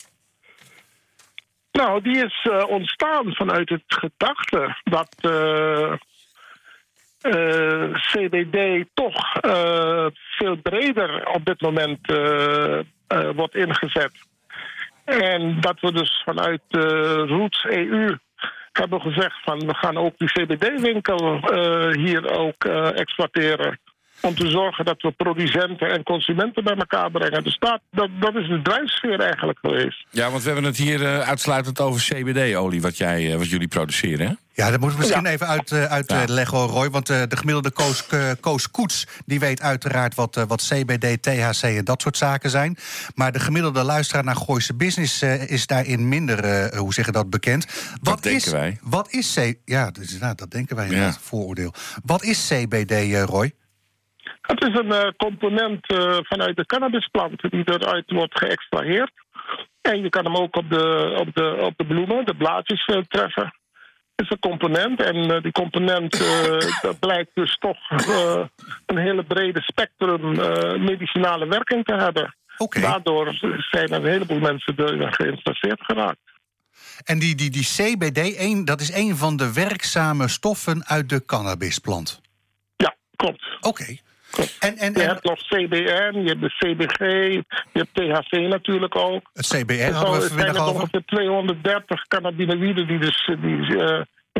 E: Nou, die is uh, ontstaan vanuit het gedachte dat uh, uh, C B D toch uh, veel breder op dit moment uh, uh, wordt ingezet. En dat we dus vanuit uh, Roots E U hebben gezegd van we gaan ook die C B D-winkel uh, hier ook uh, exploiteren. Om te zorgen dat we producenten en consumenten bij elkaar brengen. Dus dat, dat, dat is de drijfsfeer eigenlijk geweest.
A: Ja, want we hebben het hier uh, uitsluitend over C B D-olie, wat, jij, uh, wat jullie produceren, hè?
C: Ja, dat moeten we misschien
E: Ja.
C: even uitleggen, uit, uh, uitleggen, hoor, Roy. Want uh, de gemiddelde Koos, uh, Koos Koets die weet uiteraard wat, uh, wat C B D, T H C en dat soort zaken zijn. Maar de gemiddelde luisteraar naar Gooise Business uh, is daarin minder, uh, hoe zeg je dat, bekend. Wat
A: denken
C: is,
A: wij.
C: Wat is C... Ja, dus, nou, dat denken wij inderdaad,
A: Ja.
C: vooroordeel. Wat is C B D, uh, Roy?
E: Het is een uh, component uh, vanuit de cannabisplant die eruit wordt geëxtraheerd. En je kan hem ook op de, op de, op de bloemen, de blaadjes uh, treffen. Het is een component en uh, die component uh, dat blijkt dus toch uh, een hele brede spectrum uh, medicinale werking te hebben.
C: Oké.
E: Daardoor zijn er een heleboel mensen erin geïnteresseerd geraakt.
C: En die, die, die C B D, één, dat is een van de werkzame stoffen uit de cannabisplant.
E: Ja, klopt.
C: Oké.
E: klopt.
C: En, en,
E: Je
C: en
E: hebt nog C B N, je hebt de C B G, je hebt T H C natuurlijk ook.
C: het C B R
E: Er
C: hadden we
E: zijn
C: vanmiddag
E: er
C: over.
E: ongeveer tweehonderddertig cannabinoïden die dus die, uh, in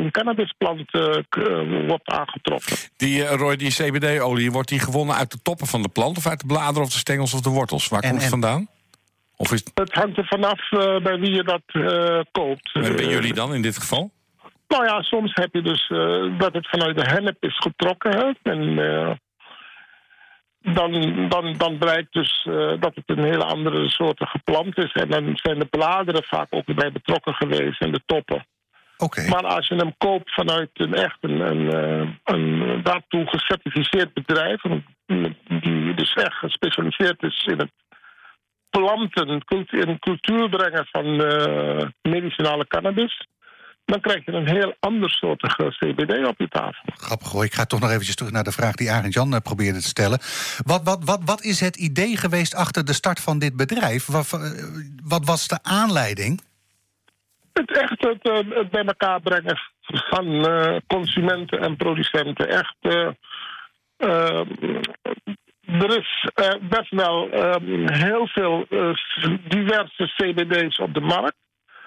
E: een cannabisplant uh, k- uh, wordt aangetroffen.
A: Die, uh, Roy, die C B D-olie, wordt die gewonnen uit de toppen van de plant... of uit de bladeren of de stengels of de wortels? Waar
C: En-
A: komt het
C: en-
A: vandaan? Of is het
E: Het hangt er vanaf uh, bij wie je dat uh, koopt.
A: bij
E: Uh,
A: jullie dan in dit geval?
E: Nou ja, soms heb je dus uh, dat het vanuit de hennep is getrokken. Hè? En uh, dan, dan, dan blijkt dus uh, dat het een hele andere soortige plant is. En dan zijn de bladeren vaak ook bij betrokken geweest en de toppen.
C: Oké.
E: Maar als je hem koopt vanuit een echt een, een, een, een daartoe gecertificeerd bedrijf... een- die dus echt gespecialiseerd is in het planten, cultu- in cultuur brengen van uh, medicinale cannabis... dan krijg je een heel ander soortige C B D op je tafel.
C: Grappig hoor. Ik ga toch nog eventjes terug naar de vraag die Arend Jan uh, probeerde te stellen. Wat, wat, wat, wat is het idee geweest achter de start van dit bedrijf? Wat, uh, wat was de aanleiding?
E: Het echt het, uh, het bij elkaar brengen van uh, consumenten en producenten. Echt, uh, uh, er is uh, best wel uh, heel veel uh, diverse C B D's op de markt.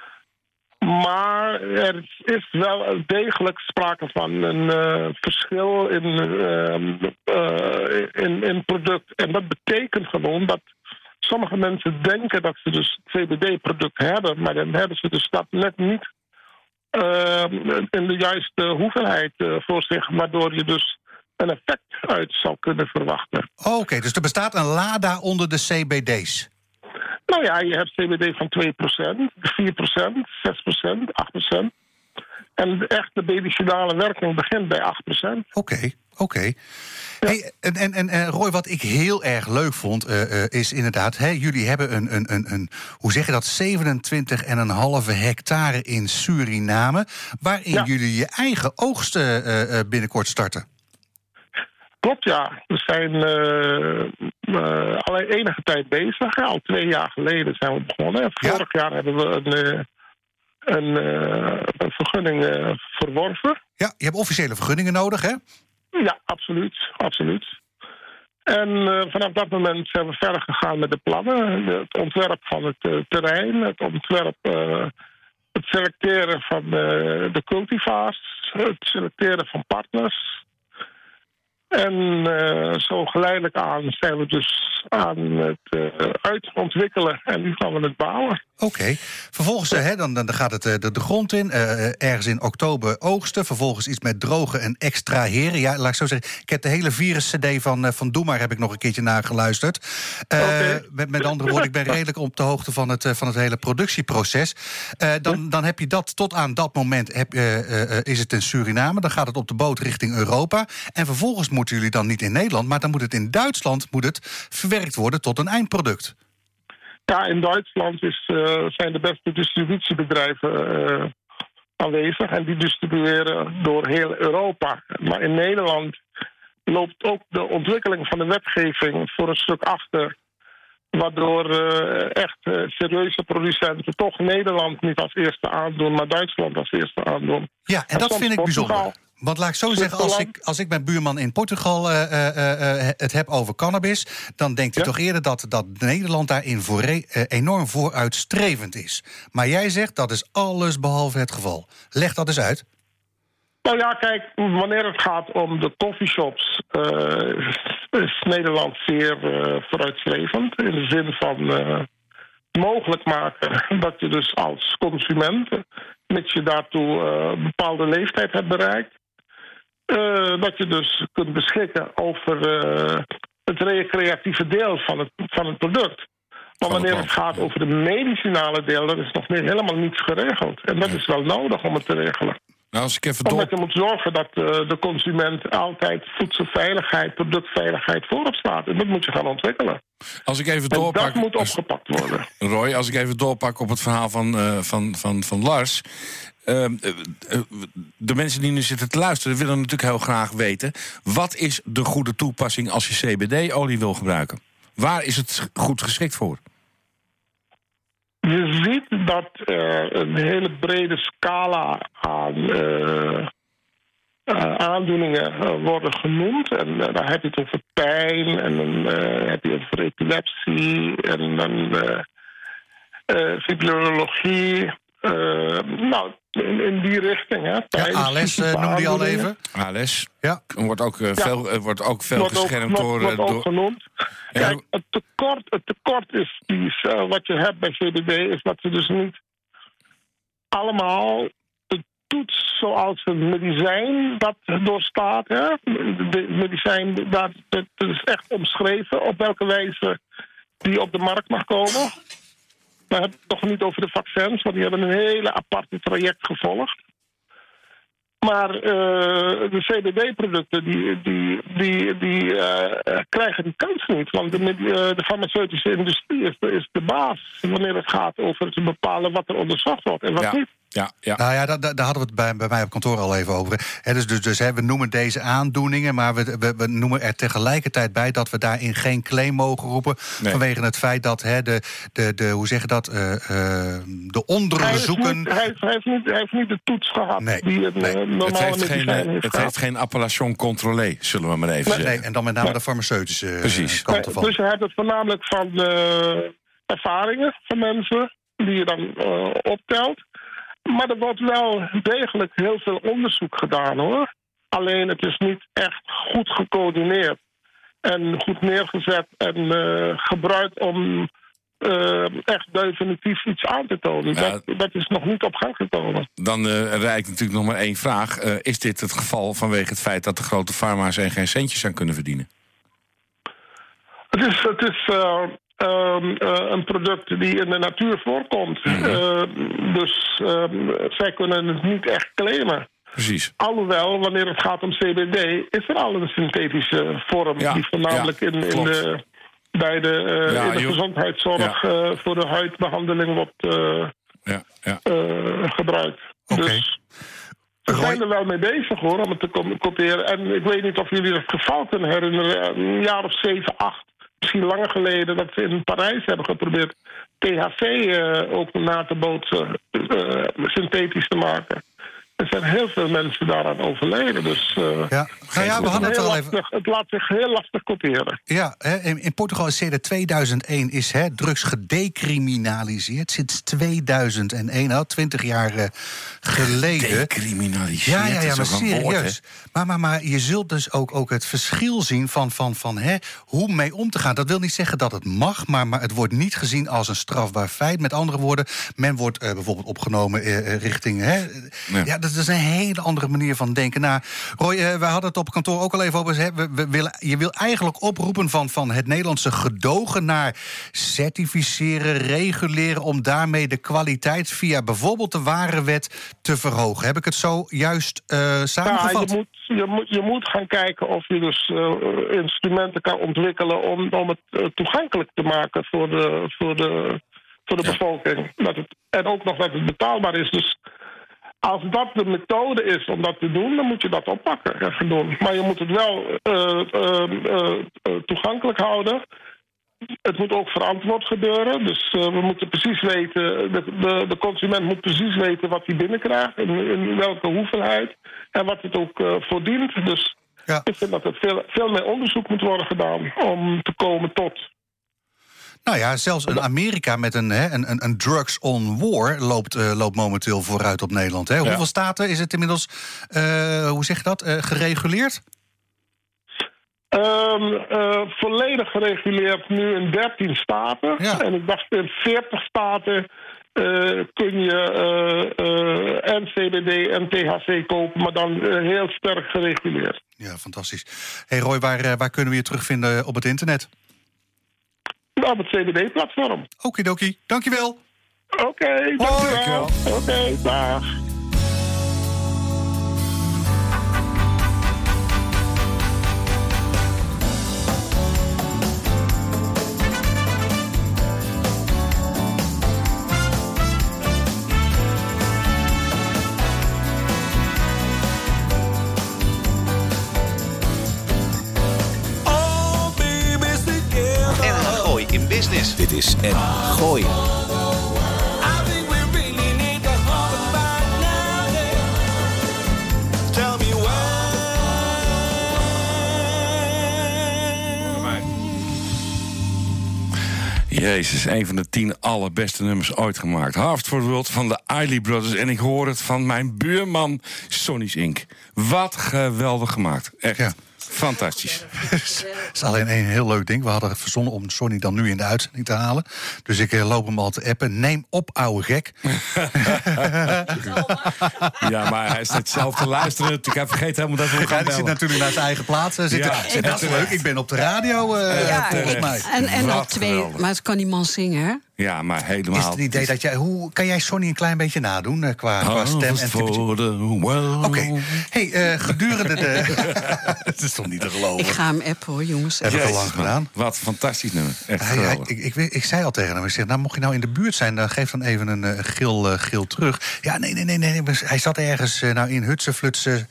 E: Maar er is wel degelijk sprake van een uh, verschil in, uh, uh, in, in product. En dat betekent gewoon dat sommige mensen denken dat ze dus C B D-product hebben, maar dan hebben ze dus dat net niet uh, in de juiste hoeveelheid uh, voor zich, waardoor je dus een effect uit zou kunnen verwachten.
C: Oké, okay, dus er bestaat een LADA onder de C B D's.
E: Nou ja, je hebt C B D van twee procent, vier procent, zes procent, acht procent. En de echte medicinale werking begint bij acht procent.
C: Oké, okay, oké. Okay. Ja. Hey, en, en, en, en Roy, wat ik heel erg leuk vond, uh, uh, is inderdaad... Hè, jullie hebben een, een, een, een, hoe zeg je dat, zevenentwintig komma vijf hectare in Suriname... waarin ja. jullie je eigen oogst uh, uh, binnenkort starten.
E: Klopt, ja. We zijn uh, uh, al enige tijd bezig. Ja, al twee jaar geleden zijn we begonnen. Vorig ja. jaar hebben we een, uh, een, uh, een vergunning uh, verworven.
C: Ja, je hebt officiële vergunningen nodig, hè?
E: Ja, absoluut. absoluut. En uh, vanaf dat moment zijn we verder gegaan met de plannen. Het ontwerp van het uh, terrein, het ontwerp, uh, het selecteren van uh, de cultivars, het selecteren van partners. En uh, zo geleidelijk aan zijn we dus aan het uh, uitontwikkelen en nu gaan we het bouwen.
C: Oké, okay. Vervolgens uh, hè, dan, dan gaat het uh, de, de grond in, uh, ergens in oktober oogsten, vervolgens iets met drogen en extraheren. Ja, laat ik zo zeggen, ik heb de hele virus-cd van, uh, van Doe Maar heb ik nog een keertje nageluisterd. Uh, okay. met, met andere woorden, ik ben redelijk op de hoogte van het, uh, van het hele productieproces. Uh, dan, dan heb je dat tot aan dat moment, heb, uh, uh, is het in Suriname, dan gaat het op de boot richting Europa en vervolgens moeten jullie dan niet in Nederland, maar dan moet het in Duitsland moet het verwerkt worden tot een eindproduct.
E: Ja, in Duitsland is, uh, zijn de beste distributiebedrijven uh, aanwezig en die distribueren door heel Europa. Maar in Nederland loopt ook de ontwikkeling van de wetgeving voor een stuk achter, waardoor uh, echt uh, serieuze producenten toch Nederland niet als eerste aandoen, maar Duitsland als eerste aandoen.
C: Ja, en, en dat vind ik bijzonder. Want laat ik zo zeggen, als ik, als ik mijn buurman in Portugal uh, uh, uh, het heb over cannabis, dan denkt hij ja? toch eerder dat, dat Nederland daarin voor, uh, enorm vooruitstrevend is. Maar jij zegt dat is alles behalve het geval. Leg dat eens uit.
E: Nou ja, kijk, wanneer het gaat om de coffeeshops uh, is Nederland zeer uh, vooruitstrevend. In de zin van uh, mogelijk maken dat je dus als consument, mits je daartoe uh, een bepaalde leeftijd hebt bereikt, Uh, dat je dus kunt beschikken over uh, het recreatieve deel van het, van het product. Maar wanneer het gaat over de medicinale deel, dat is nog niet, helemaal niets geregeld. En dat is wel nodig om het te regelen.
A: Nou, als ik even door...
E: Omdat je moet zorgen dat uh, de consument altijd voedselveiligheid, productveiligheid voorop staat. En dat moet je gaan ontwikkelen.
A: Als ik even
E: en
A: doorpak...
E: dat moet opgepakt worden.
A: Roy, als ik even doorpak op het verhaal van, uh, van, van, van Lars. Uh, uh, de mensen die nu zitten te luisteren willen natuurlijk heel graag weten, wat is de goede toepassing als je C B D-olie wil gebruiken? Waar is het goed geschikt voor?
E: Je ziet dat er een hele brede scala aan uh, uh, aandoeningen uh, worden genoemd. En uh, daar heb je het over pijn, en dan uh, heb je het over epilepsie, en dan uh, uh, fibrillologie. Uh, nou, in, in die richting. Hè,
C: ja, A L S uh, noemde je al even.
A: A L S.
C: Ja.
A: Wordt ook uh, veel, uh, wordt ook veel
E: wordt
A: geschermd
E: ook,
A: door...
E: Wordt, wordt
A: door...
E: ook genoemd.
A: Ja.
E: Kijk, het tekort, het tekort is, die is uh, wat je hebt bij C B D... is dat ze dus niet allemaal de toets zoals een medicijn dat doorstaat. Hè? De medicijn, dat, dat is echt omschreven op welke wijze die op de markt mag komen. We hebben het toch niet over de vaccins, want die hebben een hele aparte traject gevolgd. Maar uh, de C B D-producten die, die, die, die uh, krijgen die kans niet. Want de, uh, de farmaceutische industrie is de, is de baas wanneer het gaat over te bepalen wat er onderzocht wordt en wat
A: ja.
E: niet.
A: Ja, ja.
C: Nou ja, daar, daar hadden we het bij, bij mij op kantoor al even over. He, dus dus, dus he, we noemen deze aandoeningen, maar we, we, we noemen er tegelijkertijd bij dat we daarin geen claim mogen roepen. Nee. Vanwege het feit dat he, de, de, de, hoe zeg je dat, uh, uh, de onderzoeken...
E: Hij heeft, niet, hij, heeft niet, hij heeft niet de toets gehad.
C: Nee.
E: Die het,
C: nee.
E: Uh,
A: het heeft geen,
E: heeft
A: het heeft geen appellation contrôlé, zullen we maar even
C: nee.
A: zeggen.
C: Nee, en dan met name nee. de farmaceutische
A: Precies.
C: kant ervan.
E: Nee, dus je hebt het voornamelijk van uh, ervaringen van mensen die je dan uh, optelt. Maar er wordt wel degelijk heel veel onderzoek gedaan, hoor. Alleen het is niet echt goed gecoördineerd. En goed neergezet en uh, gebruikt om uh, echt definitief iets aan te tonen. Ja, dat, dat is nog niet op gang gekomen.
A: Dan uh, rijdt natuurlijk nog maar één vraag. Uh, is dit het geval vanwege het feit dat de grote farma's er geen centjes aan kunnen verdienen?
E: Het is... Het is uh, Um, uh, een product die in de natuur voorkomt. Mm-hmm. Uh, dus um, zij kunnen het niet echt claimen.
A: Precies.
E: Alhoewel, wanneer het gaat om C B D... is er al een synthetische vorm... Ja, die voornamelijk ja, in, in de, bij de, uh, ja, in de joh. gezondheidszorg... Ja. Uh, voor de huidbehandeling wordt uh,
A: ja, ja.
E: Uh, gebruikt. Okay. Dus we zijn er wel mee bezig, hoor, om het te kopiëren. En ik weet niet of jullie dat geval kunnen herinneren... een jaar of zeven, acht... misschien langer geleden dat ze in Parijs hebben geprobeerd T H C uh, ook na te bootsen, uh, synthetisch te maken. Er zijn heel veel mensen daaraan overleden. Dus uh,
C: ja. Nou ja, we hadden het al even.
E: Het laat zich heel lastig kopiëren.
C: Ja, hè, in, in Portugal is sinds tweeduizend één is hè, drugs gedecriminaliseerd. Sinds tweeduizend één, al twintig jaar uh, geleden.
A: Gedecriminaliseerd?
C: Ja, ja, ja, maar serieus.
A: Woord,
C: maar, maar, maar je zult dus ook, ook het verschil zien van, van, van hè, hoe mee om te gaan. Dat wil niet zeggen dat het mag, maar, maar het wordt niet gezien als een strafbaar feit. Met andere woorden, men wordt uh, bijvoorbeeld opgenomen uh, richting... Hè, ja. ja, dat is een hele andere manier van denken. Nou, Roy, uh, wij hadden het op kantoor ook al even over. Hè, we, we willen, je wil eigenlijk oproepen van, van het Nederlandse gedogen naar certificeren, reguleren, om daarmee de kwaliteit via bijvoorbeeld de warenwet te verhogen. Heb ik het zo juist uh, samengevat?
E: Ja, je moet, je, moet, je moet gaan kijken of je dus uh, instrumenten kan ontwikkelen om, om het uh, toegankelijk te maken voor de, voor de, voor de ja. bevolking. Dat het, en ook nog dat het betaalbaar is. Dus als dat de methode is om dat te doen, dan moet je dat oppakken en gaan doen. Maar je moet het wel uh, uh, uh, uh, toegankelijk houden. Het moet ook verantwoord gebeuren. Dus uh, we moeten precies weten, de, de, de consument moet precies weten wat hij binnenkrijgt, in, in welke hoeveelheid en wat het ook uh, voor dient. Dus ja. ik vind dat er veel, veel meer onderzoek moet worden gedaan om te komen tot.
C: Nou ja, zelfs in Amerika met een, hè, een, een drugs on war loopt, uh, loopt momenteel vooruit op Nederland. Hè. Ja. Hoeveel staten is het inmiddels, uh, hoe zeg je dat, uh, gereguleerd?
E: Um, uh, volledig gereguleerd nu in dertien staten. Ja. En ik dacht in veertig staten uh, kun je uh, uh, en C B D en T H C kopen, maar dan uh, heel sterk gereguleerd.
C: Ja, fantastisch. Hey Roy, waar, uh, waar kunnen we je terugvinden op het internet?
E: Op het C B D-platform.
C: Okidoki, dankjewel.
E: Oké, okay, dankjewel. Oké, okay, dag.
D: Business. Dit is N Gooi.
A: Jezus, een van de tien allerbeste nummers ooit gemaakt. Harvest for the World van de Isley Brothers. En ik hoor het van mijn buurman Sonny's Inc. Wat geweldig gemaakt. Echt. Ja. Fantastisch.
C: Het is alleen een heel leuk ding. We hadden verzonnen om Sonny dan nu in de uitzending te halen. Dus ik uh, loop hem al te appen. Neem op, ouwe gek.
A: Ja, maar hij is net zelf te luisteren. Ik heb vergeten helemaal dat we hem gaan
C: ja, hij zit natuurlijk naar zijn eigen plaats. Zitten.
A: Ja,
C: en dat is leuk. Ik ben op de radio, uh,
B: ja,
C: volgens
B: ik,
C: mij.
B: En, en al
A: Wat
B: twee,
A: geweldig.
B: maar het kan die man zingen, hè?
A: Ja, maar helemaal.
C: Is het idee dat jij... Hoe kan jij Sonny een klein beetje nadoen uh, qua, qua stem en typetje? Oké. Okay. Hey, uh, gedurende de... Het is toch niet te geloven?
B: Ik ga hem appen, hoor, jongens.
C: Heb ik al lang gedaan.
A: Wat een fantastisch nummer. Echt
C: hij, hij, ik, ik, ik zei al tegen hem, ik zeg, nou, mocht je nou in de buurt zijn, dan geef dan even een uh, gil, uh, gil terug. Ja, nee, nee, nee, nee. Hij zat ergens uh, nou, in Hutsenflutsen,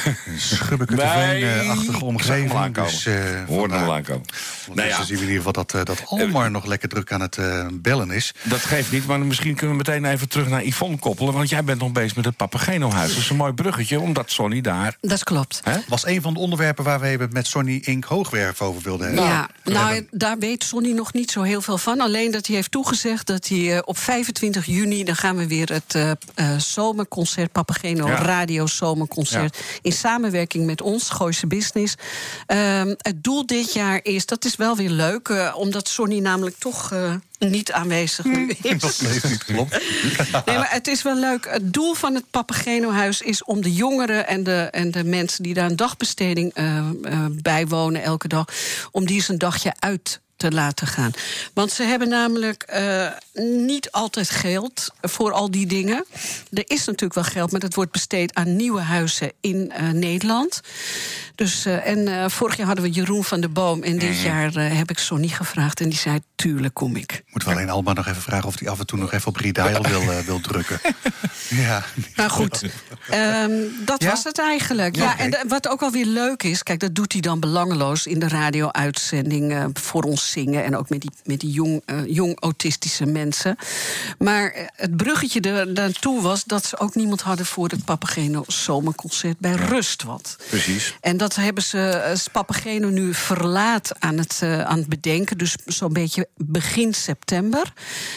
C: Schubbeke-Veen-achtige
A: nee,
C: omgeving. Dus, uh,
A: hoor hem al aankomen.
C: Nou ja. Dan zien we in ieder geval dat, uh, dat Almar uh, nog lekker druk aan het uh, bellen is.
A: Dat geeft niet, maar misschien kunnen we meteen even terug naar Yvonne koppelen. Want jij bent nog bezig met het Papageno-huis. Dat is een mooi bruggetje, omdat Sonny daar...
B: Dat klopt.
C: Dat was een van de onderwerpen waar we het met Sonny Inc. Hoogwerf over wilden hebben.
B: Ja, nou, daar weet Sonny nog niet zo heel veel van. Alleen dat hij heeft toegezegd dat hij uh, op vijfentwintig juni... dan gaan we weer het uh, uh, zomerconcert, Papageno ja. Radio Zomerconcert... Ja. in samenwerking met ons, Gooise Business. Uh, het doel dit jaar is, dat is wel weer leuk... Uh, omdat Sonny namelijk toch... Uh, niet aanwezig nu is.
C: Dat leeft niet, klopt.
B: Nee, maar het is wel leuk. Het doel van het Papageno-huis is om de jongeren... en de, en de mensen die daar een dagbesteding uh, uh, bijwonen elke dag... om die eens een dagje uit te laten gaan. Want ze hebben namelijk uh, niet altijd geld voor al die dingen. Er is natuurlijk wel geld, maar dat wordt besteed aan nieuwe huizen in uh, Nederland. Dus, uh, en uh, vorig jaar hadden we Jeroen van der Boom... en dit mm-hmm. jaar uh, heb ik Sonny gevraagd en die zei, tuurlijk kom ik.
C: Moeten we alleen Alma nog even vragen of hij af en toe nog even op redial wil, uh, wil drukken. Ja.
B: Nou goed, um, dat ja? was het eigenlijk. Ja, ja, okay. En de, wat ook alweer leuk is, kijk, dat doet hij dan belangeloos... in de radio-uitzending uh, voor ons zingen... en ook met die, met die jong, uh, jong autistische mensen. Maar uh, het bruggetje er, daartoe was... dat ze ook niemand hadden voor het Papageno Zomerconcert bij ja. Rustwat.
A: Precies.
B: En dat hebben ze uh, Papageno nu verlaat aan het, uh, aan het bedenken. Dus zo'n beetje begin september.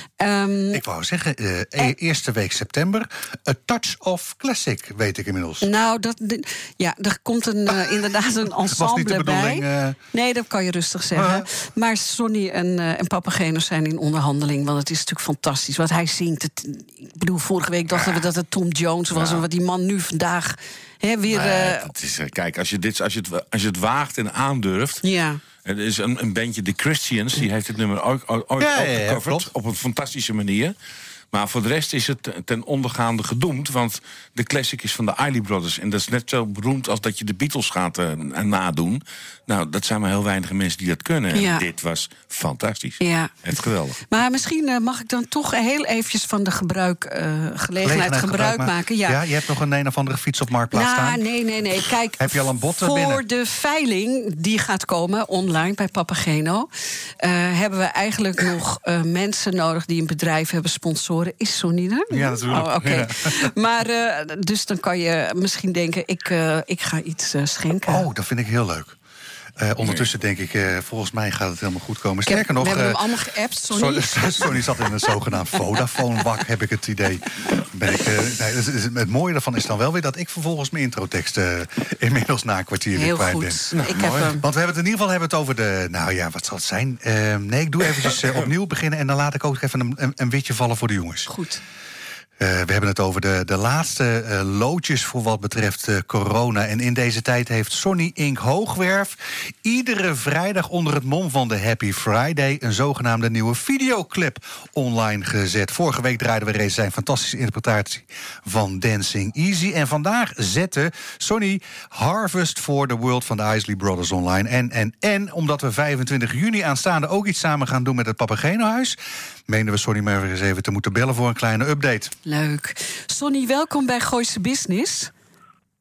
B: Um,
C: ik wou zeggen, uh, en, eerste week september. A Touch of Classic, weet ik inmiddels.
B: Nou, dat, de, ja, er komt een, uh, inderdaad een ensemble bij. Uh... Nee, dat kan je rustig zeggen. Uh. Maar Sonny en, uh, en Papageno zijn in onderhandeling. Want het is natuurlijk fantastisch wat hij zingt. Het, ik bedoel, vorige week dachten we dat het Tom Jones was. Ja. En wat die man nu vandaag... He, weer,
A: nee,
B: uh...
A: het is, kijk, als je, dit, als, je het, als je het waagt en aandurft...
B: Ja.
A: Er is een, een bandje, The Christians, die heeft het nummer ooit, ooit
C: ja, ja, ja,
A: opgecoverd. Ja, op een fantastische manier. Maar voor de rest is het ten ondergaande gedoemd. Want de classic is van de Isley Brothers. En dat is net zo beroemd als dat je de Beatles gaat uh, nadoen. Nou, dat zijn maar heel weinig mensen die dat kunnen. Ja. En dit was fantastisch.
B: Ja.
A: Het geweldig.
B: Maar misschien uh, mag ik dan toch heel eventjes van de gebruik, uh, gelegenheid, gelegenheid gebruik, gebruik maken. Ja.
C: ja, je hebt nog een een of andere fiets op Marktplaats
B: nou,
C: staan.
B: Nee, nee, nee. Kijk,
C: heb je al een bot
B: voor
C: binnen?
B: de veiling die gaat komen online bij Papageno... Uh, hebben we eigenlijk nog uh, mensen nodig die een bedrijf hebben sponsoren. Is Sonny er?
C: Ja, natuurlijk.
B: Oh, Oké. Okay.
C: Ja.
B: Maar uh, dus dan kan je misschien denken, ik, uh, ik ga iets uh, schenken.
C: Oh, dat vind ik heel leuk. Uh, ondertussen denk ik, uh, volgens mij gaat het helemaal goed komen. Sterker nog...
B: We hebben
C: uh,
B: hem allemaal geappt, Sonny.
C: Sonny zat in een zogenaamd Vodafone-wak, heb ik het idee. Ben ik, uh, nee, het mooie daarvan is dan wel weer dat ik vervolgens mijn introtekst uh, inmiddels na een kwartier weer kwijt ben.
B: Nou, ik heb hem.
C: Want we hebben het in ieder geval hebben het over de... Nou ja, wat zal het zijn? Uh, nee, ik doe eventjes uh, opnieuw beginnen... en dan laat ik ook even een, een, een witje vallen voor de jongens.
B: Goed.
C: Uh, we hebben het over de, de laatste uh, loodjes voor wat betreft uh, corona. En in deze tijd heeft Sonny Inc. Hoogwerf iedere vrijdag onder het mom van de Happy Friday een zogenaamde nieuwe videoclip online gezet. Vorige week draaiden we reeds zijn fantastische interpretatie van Dancing Easy. En vandaag zette Sonny Harvest for the World van de Isley Brothers online. En, en, en omdat we vijfentwintig juni aanstaande ook iets samen gaan doen met het Papageno-huis, meenden we Sonny maar eens even te moeten bellen voor een kleine update.
B: Leuk. Sonny, welkom bij Gooise Business.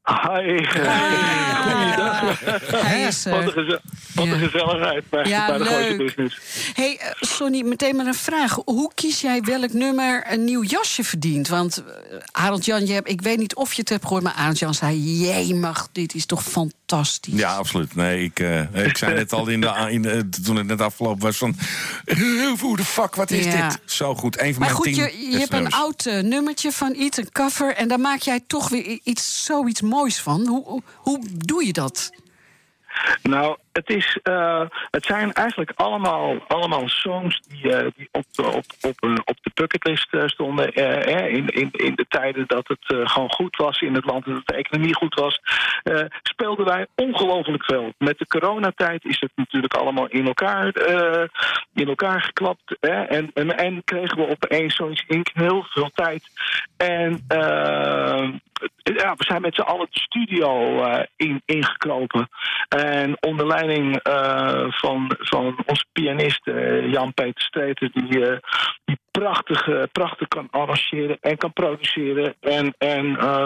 E: Hi.
B: Ah,
E: Goeiedag.
B: hij is er.
E: Wat een, geze- wat een
B: Ja.
E: gezelligheid bij,
B: Ja,
E: bij de Gooise
B: leuk.
E: Business.
B: Hey, uh, Sonny, meteen maar een vraag. Hoe kies jij welk nummer een nieuw jasje verdient? Want uh, Arend-Jan, je hebt- ik weet niet of je het hebt gehoord... maar Arend-Jan zei, jemig, dit is toch fantastisch.
A: Ja, absoluut. Nee, ik, uh, ik zei net al in de, in de, toen het net afgelopen was van... Who the fuck, wat is
B: Ja.
A: dit? Zo goed. Een van
B: Maar
A: mijn
B: goed,
A: tien
B: je, je hebt een
A: nummers.
B: oud uh, nummertje van iets, een cover... en daar maak jij toch weer i- iets, zoiets moois van. Hoe, hoe, hoe doe je dat?
E: Nou, het, is, uh, het zijn eigenlijk allemaal, allemaal songs die, uh, die op, op, op, uh, op de bucketlist uh, stonden. Uh, in, in, in de tijden dat het uh, gewoon goed was in het land en dat de economie goed was, uh, speelden wij ongelooflijk veel. Met de coronatijd is het natuurlijk allemaal in elkaar, uh, in elkaar geklapt. Uh, en, en, en kregen we opeens zoiets in heel veel tijd. En uh, ja, we zijn met z'n allen de studio uh, in, ingekropen. En onder leiding uh, van, van onze pianist uh, Jan-Peter Streeter... die, uh, die prachtig, uh, prachtig kan arrangeren en kan produceren. En, en uh,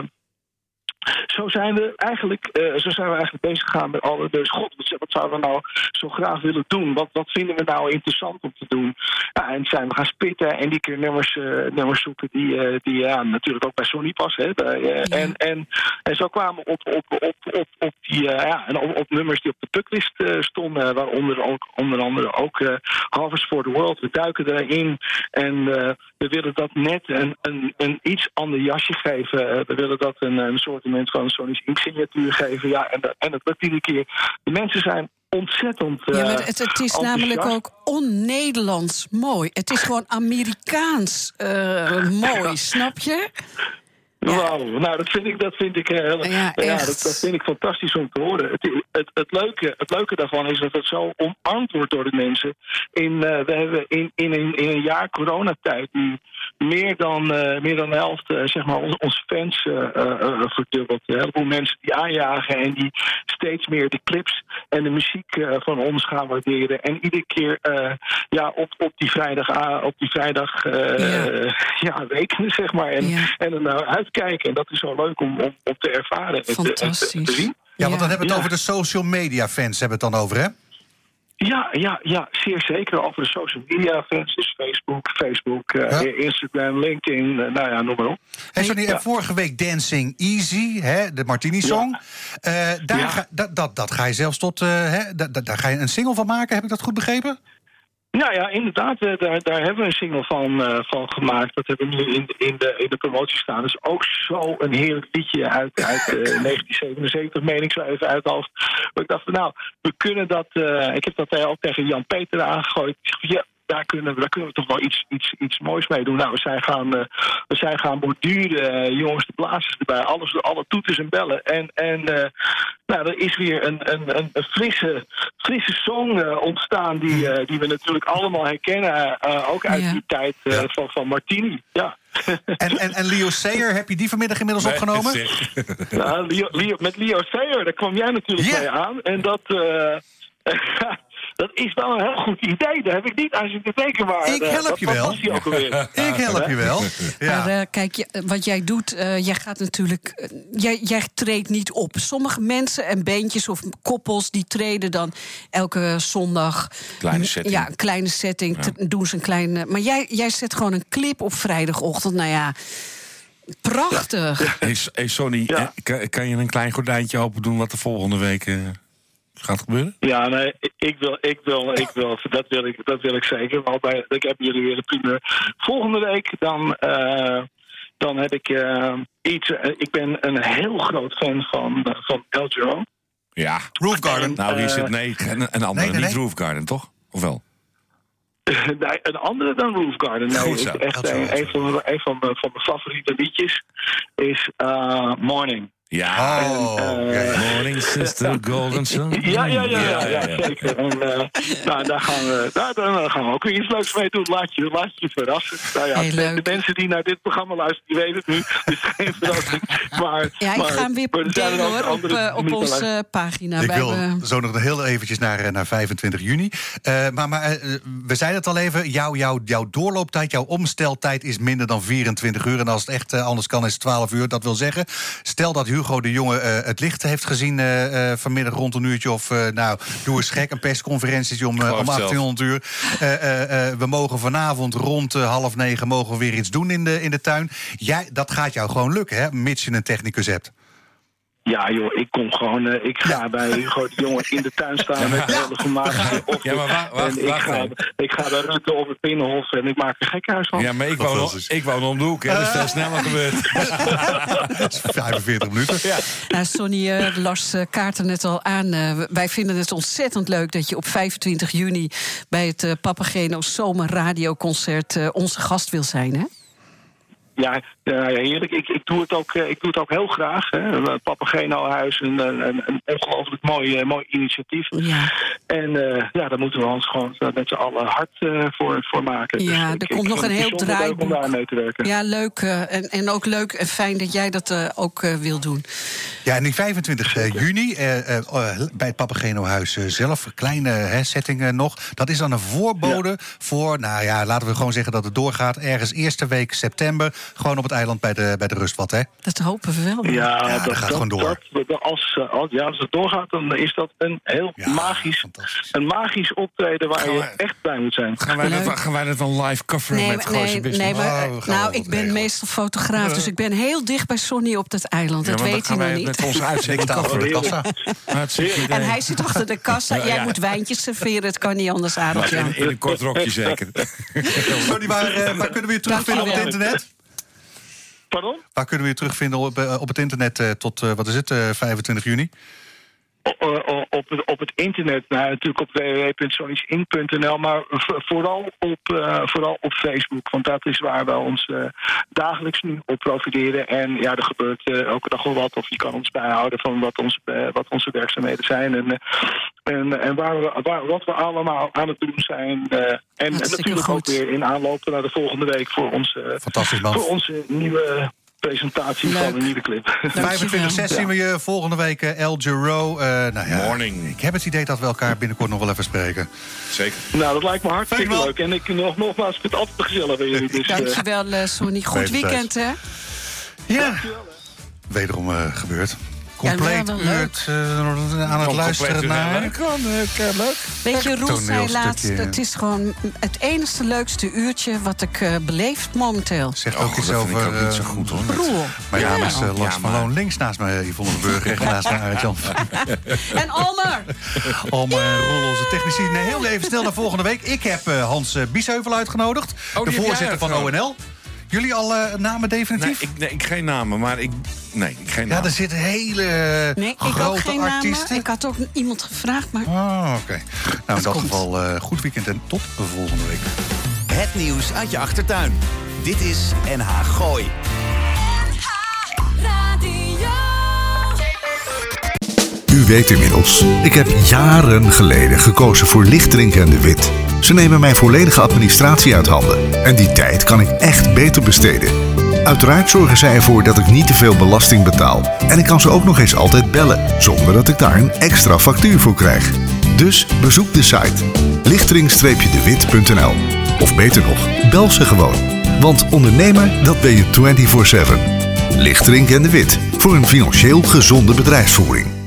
E: zo zijn we eigenlijk, uh, zo zijn we eigenlijk bezig gegaan met alle... Dus god, wat, wat zouden we nou zo graag willen doen? Wat, wat vinden we nou interessant om te doen? Ja, en zijn we gaan spitten en die keer nummers, uh, nummers zoeken... die, uh, die ja, natuurlijk ook bij Sony passen. Hè, bij, uh, ja. en, en, en zo kwamen we op, op, op, op, op, die, uh, ja, en op, op nummers die op de pucklist uh, stonden... waaronder ook, onder andere ook uh, Harvest for the World. We duiken erin en uh, we willen dat net een, een, een iets ander jasje geven. Uh, we willen dat een, een soort van een Sony's Ink-signatuur geven. Ja, en, en dat lukt iedere keer. De mensen zijn ontzettend uh,
B: Ja, maar het, het is namelijk ook on-Nederlands mooi. Het is gewoon Amerikaans uh, mooi, ja. Snap je?
E: Ja. Wauw, nou dat vind ik, dat vind ik heel,
B: ja,
E: ja, dat, dat vind ik fantastisch om te horen. Het, het, het, leuke, het leuke daarvan is dat het zo omarmd wordt door de mensen. In, uh, we hebben in, in, een, in een jaar coronatijd die meer dan, uh, meer dan de helft, uh, zeg maar, onze, onze fans uh, uh, verdubbeld. Een heleboel mensen die aanjagen en die steeds meer de clips en de muziek uh, van ons gaan waarderen. En iedere keer uh, ja, op, op die vrijdag, uh, op die vrijdag uh, ja. ja, rekenen, zeg maar. En, ja. en er naar uitkijken. En dat is zo leuk om, om, om te ervaren en te, en te, te zien.
C: Ja, want dan hebben we het
E: ja.
C: over de social media fans, hebben we het dan over, hè?
E: Ja, ja, ja, zeer zeker. Over de social media fans, dus Facebook, Facebook, uh, ja. Instagram, LinkedIn, uh, nou ja, noem maar op.
C: Hey, Sonny, ja. vorige week Dancing Easy, hè, de Martini-song. Ja. Uh, daar
E: ja.
C: ga, dat, dat, dat ga je zelfs tot, uh, hè, da, da, daar ga je een single van maken, heb ik dat goed begrepen?
E: Nou ja, inderdaad, daar, daar hebben we een single van, uh, van gemaakt. Dat hebben we nu in, in, de, in de promotie staan. Dus ook zo een heerlijk liedje uit, uit uh, negentien zevenenzeventig, meen ik zo even uit de hoofd. Maar ik dacht van nou, we kunnen dat... Uh, ik heb dat ook tegen Jan-Peter aangegooid. Ik zeg, ja, daar kunnen, we, daar kunnen we toch wel iets, iets, iets moois mee doen. Nou, we zijn gaan, uh, we zijn gaan borduren, uh, jongens, de blazers erbij. Alles, alle toeters en bellen. En... en uh, nou, er is weer een, een, een frisse, frisse song uh, ontstaan die, uh, die we natuurlijk allemaal herkennen. Uh, ook uit ja. die tijd uh, ja. van, van Martini. Ja.
C: En, en, en Leo Sayer, heb je die vanmiddag inmiddels nee, opgenomen?
E: Nou, Leo, Leo, met Leo Sayer, daar kwam jij natuurlijk yeah. mee aan. En dat... Uh, dat is wel een heel goed idee. Daar heb ik niet aan zitten denken. Maar
C: ik help je wel.
E: Ook alweer.
C: Ik help je wel.
B: Ja. Maar uh, kijk, je, wat jij doet, uh, jij gaat natuurlijk... Uh, jij, jij treedt niet op. Sommige mensen en bandjes of koppels... die treden dan elke zondag...
A: Kleine setting.
B: Ja, een kleine setting. Ja. Te, doen ze een kleine... Maar jij, jij zet gewoon een clip op vrijdagochtend. Nou ja... Prachtig.
A: Ja. Hey, hey Sonny, ja. kan, kan je een klein gordijntje open doen... wat de volgende week... Uh... gaat gebeuren?
E: Ja, nee, ik wil, ik wil, ik wil, dat wil ik, dat wil ik zeker. Want bij, ik heb jullie weer een primeur. Volgende week dan, uh, dan heb ik uh, iets. Uh, ik ben een heel groot fan van uh, van El Giro.
A: Ja,
C: Roof Garden.
A: Nou, die zit nee, een, een andere, nee, nee, niet nee. Roof Garden, toch? Of wel?
E: Nee, een andere dan Roof Garden. Nee,
A: Goed zo.
E: Echt een, een, van, een van, mijn, van mijn favoriete liedjes is uh, Morning.
A: Ja,
C: oh,
A: en, uh, Morning Sister Golden Sun.
E: Ja, ja, ja, ja, ja, ja zeker. En uh, nou, daar, gaan we, daar, daar gaan we ook weer iets leuks mee doen. Laat je, laat je verrassen. Nou ja, de, de mensen die naar dit programma luisteren, die weten het nu. Dus geen verrassing. Maar,
B: ja, ik
E: maar,
B: ga hem weer delen hoor, op, uh, op onze uh, pagina.
C: Ik
B: bij
C: wil
B: we...
C: zo nog heel eventjes naar, naar vijfentwintig juni. Uh, maar maar uh, we zeiden het al even, jouw, jouw, jouw doorlooptijd, jouw omsteltijd is minder dan vierentwintig uur. En als het echt uh, anders kan, is het twaalf uur. Dat wil zeggen, stel dat huwelijk Hugo de Jonge uh, het licht heeft gezien uh, uh, vanmiddag rond een uurtje. Of, uh, nou, doe eens gek, een persconferentie om, uh, om achttienhonderd uur. Uh, uh, uh, we mogen vanavond rond uh, half negen mogen we weer iets doen in de, in de tuin. Jij, dat gaat jou gewoon lukken, hè, mits je een technicus hebt.
E: Ja joh, ik kom gewoon, uh, ik ga ja. bij Hugo de Jonge in de tuin staan ja, met de hele gemaakte ochtend. Ja, maar wacht, wacht, en ik, wacht, ga, ik ga bij Rutte op het Binnenhof en ik maak een gekhuis van.
A: Ja, maar ik woon, nog, ik woon om de hoek, hè, dat is veel sneller gebeurd.
C: Dat is vijfenveertig minuten. Ja.
B: Nou, Sonny, uh, Lars uh, kaart er net al aan. Uh, wij vinden het ontzettend leuk dat je op vijfentwintig juni bij het uh, Papageno Zomerradioconcert uh, onze gast wil zijn, hè?
E: Ja, ja, heerlijk. Ik, ik, doe het ook, ik doe het ook heel graag. Het Papageno-huis, een, een, een ongelooflijk mooi, mooi initiatief. Ja. En uh, ja, daar moeten we ons gewoon met z'n allen hard uh, voor, voor maken.
B: Ja, dus er
E: ik,
B: komt
E: ik
B: nog een heel draaiboek.
E: Om daar mee te werken.
B: Ja, leuk. Uh, en, en ook leuk en fijn dat jij dat uh, ook uh, wil doen.
C: Ja, en die vijfentwintig juni uh, uh, uh, bij het Papageno-huis uh, zelf, kleine uh, setting uh, nog. Dat is dan een voorbode ja. voor, nou ja, laten we gewoon zeggen dat het doorgaat. Ergens eerste week september. Gewoon op het eiland bij de, bij de Rustwad, hè?
B: Dat hopen we wel.
E: Ja,
C: ja
E: dat,
C: dat gaat
E: dat,
C: gewoon door.
E: Dat, als, als, ja, als het doorgaat, dan is dat een heel ja, magisch, een magisch optreden waar je echt bij moet zijn.
A: Gaan wij, dat, gaan wij dat dan live coveren
B: nee,
A: met Gooise
B: nee,
A: Business?
B: Nee, maar, oh, nou, ik ben regelen. meestal fotograaf, dus ik ben heel dicht bij Sonny op dat eiland. Ja, dat weet hij nog niet.
A: Met onze uitzending coveren de kassa.
B: En hij zit achter de kassa. Jij ja. moet wijntjes serveren, het kan niet anders, Arendt.
A: In, in een kort rokje zeker.
C: Sonny, waar, uh, waar kunnen we je terugvinden op het internet?
E: Pardon?
C: Waar kunnen we je terugvinden op, uh, op het internet uh, tot, uh, wat is het, uh, vijfentwintig juni?
E: Op, op, op het internet, nou, natuurlijk op w w w punt sonny's inc punt n l, maar vooral op, uh, vooral op Facebook. Want dat is waar we ons uh, dagelijks nu op profileren. En ja, er gebeurt uh, elke dag wel wat, of je kan ons bijhouden van wat, ons, uh, wat onze werkzaamheden zijn. En, uh, en, en waar we, waar, wat we allemaal aan het doen zijn. Uh, en, en natuurlijk goed. Ook weer in aanloop naar de volgende week voor onze,
C: Fantastisch, man.
E: voor onze nieuwe presentatie Leuk. van een nieuwe clip.
C: vijfentwintig zes zien we je volgende week, uh, El Giro. Uh, nou ja,
A: Morning.
C: Ik heb het idee dat we elkaar binnenkort nog wel even spreken.
A: Zeker.
E: Nou, dat lijkt me hartstikke leuk. En ik nog, nogmaals, ik vind het altijd gezellig bij jullie. Dus,
B: dankjewel, uh, Sonny. Goed weekend, hè?
C: Ja. Wederom uh, gebeurd. Compleet ja, uur uh, aan het luisteren naar.
A: Kan, uh, leuk.
B: Weet je, Roel zei laatst, het is gewoon het enigste leukste uurtje wat ik uh, beleef momenteel.
C: Zeg ook oh, iets over.
A: Ook niet zo goed, hoor.
B: Roel.
C: Mijn naam ja. is uh, Lars ja, van Loon. Links naast mij Yvonne de Burger. Rechts naast mij Arendt Jan.
B: En Almer.
C: Almer en Roel, onze technici. Nee, heel even snel naar volgende week. Ik heb uh, Hans uh, Biesheuvel uitgenodigd. Oh, de voorzitter van O N L. Jullie al uh, namen definitief?
A: Nee ik, nee, ik geen namen, maar ik... Nee, ik geen namen.
C: Ja, er zitten hele nee, grote
B: ik ook geen
C: artiesten.
B: Namen. Ik had ook iemand gevraagd, maar...
C: Oh, oké. Okay. Nou, in dat komt. geval uh, goed weekend en tot de volgende week.
D: Het nieuws uit je achtertuin. Dit is N H Gooi.
H: U weet inmiddels, ik heb jaren geleden gekozen voor Lichtering en de Wit. Ze nemen mijn volledige administratie uit handen. En die tijd kan ik echt beter besteden. Uiteraard zorgen zij ervoor dat ik niet te veel belasting betaal. En ik kan ze ook nog eens altijd bellen, zonder dat ik daar een extra factuur voor krijg. Dus bezoek de site lichtering de wit punt n l. Of beter nog, bel ze gewoon. Want ondernemer, dat ben je vierentwintig zeven. Lichtering en de Wit, voor een financieel gezonde bedrijfsvoering.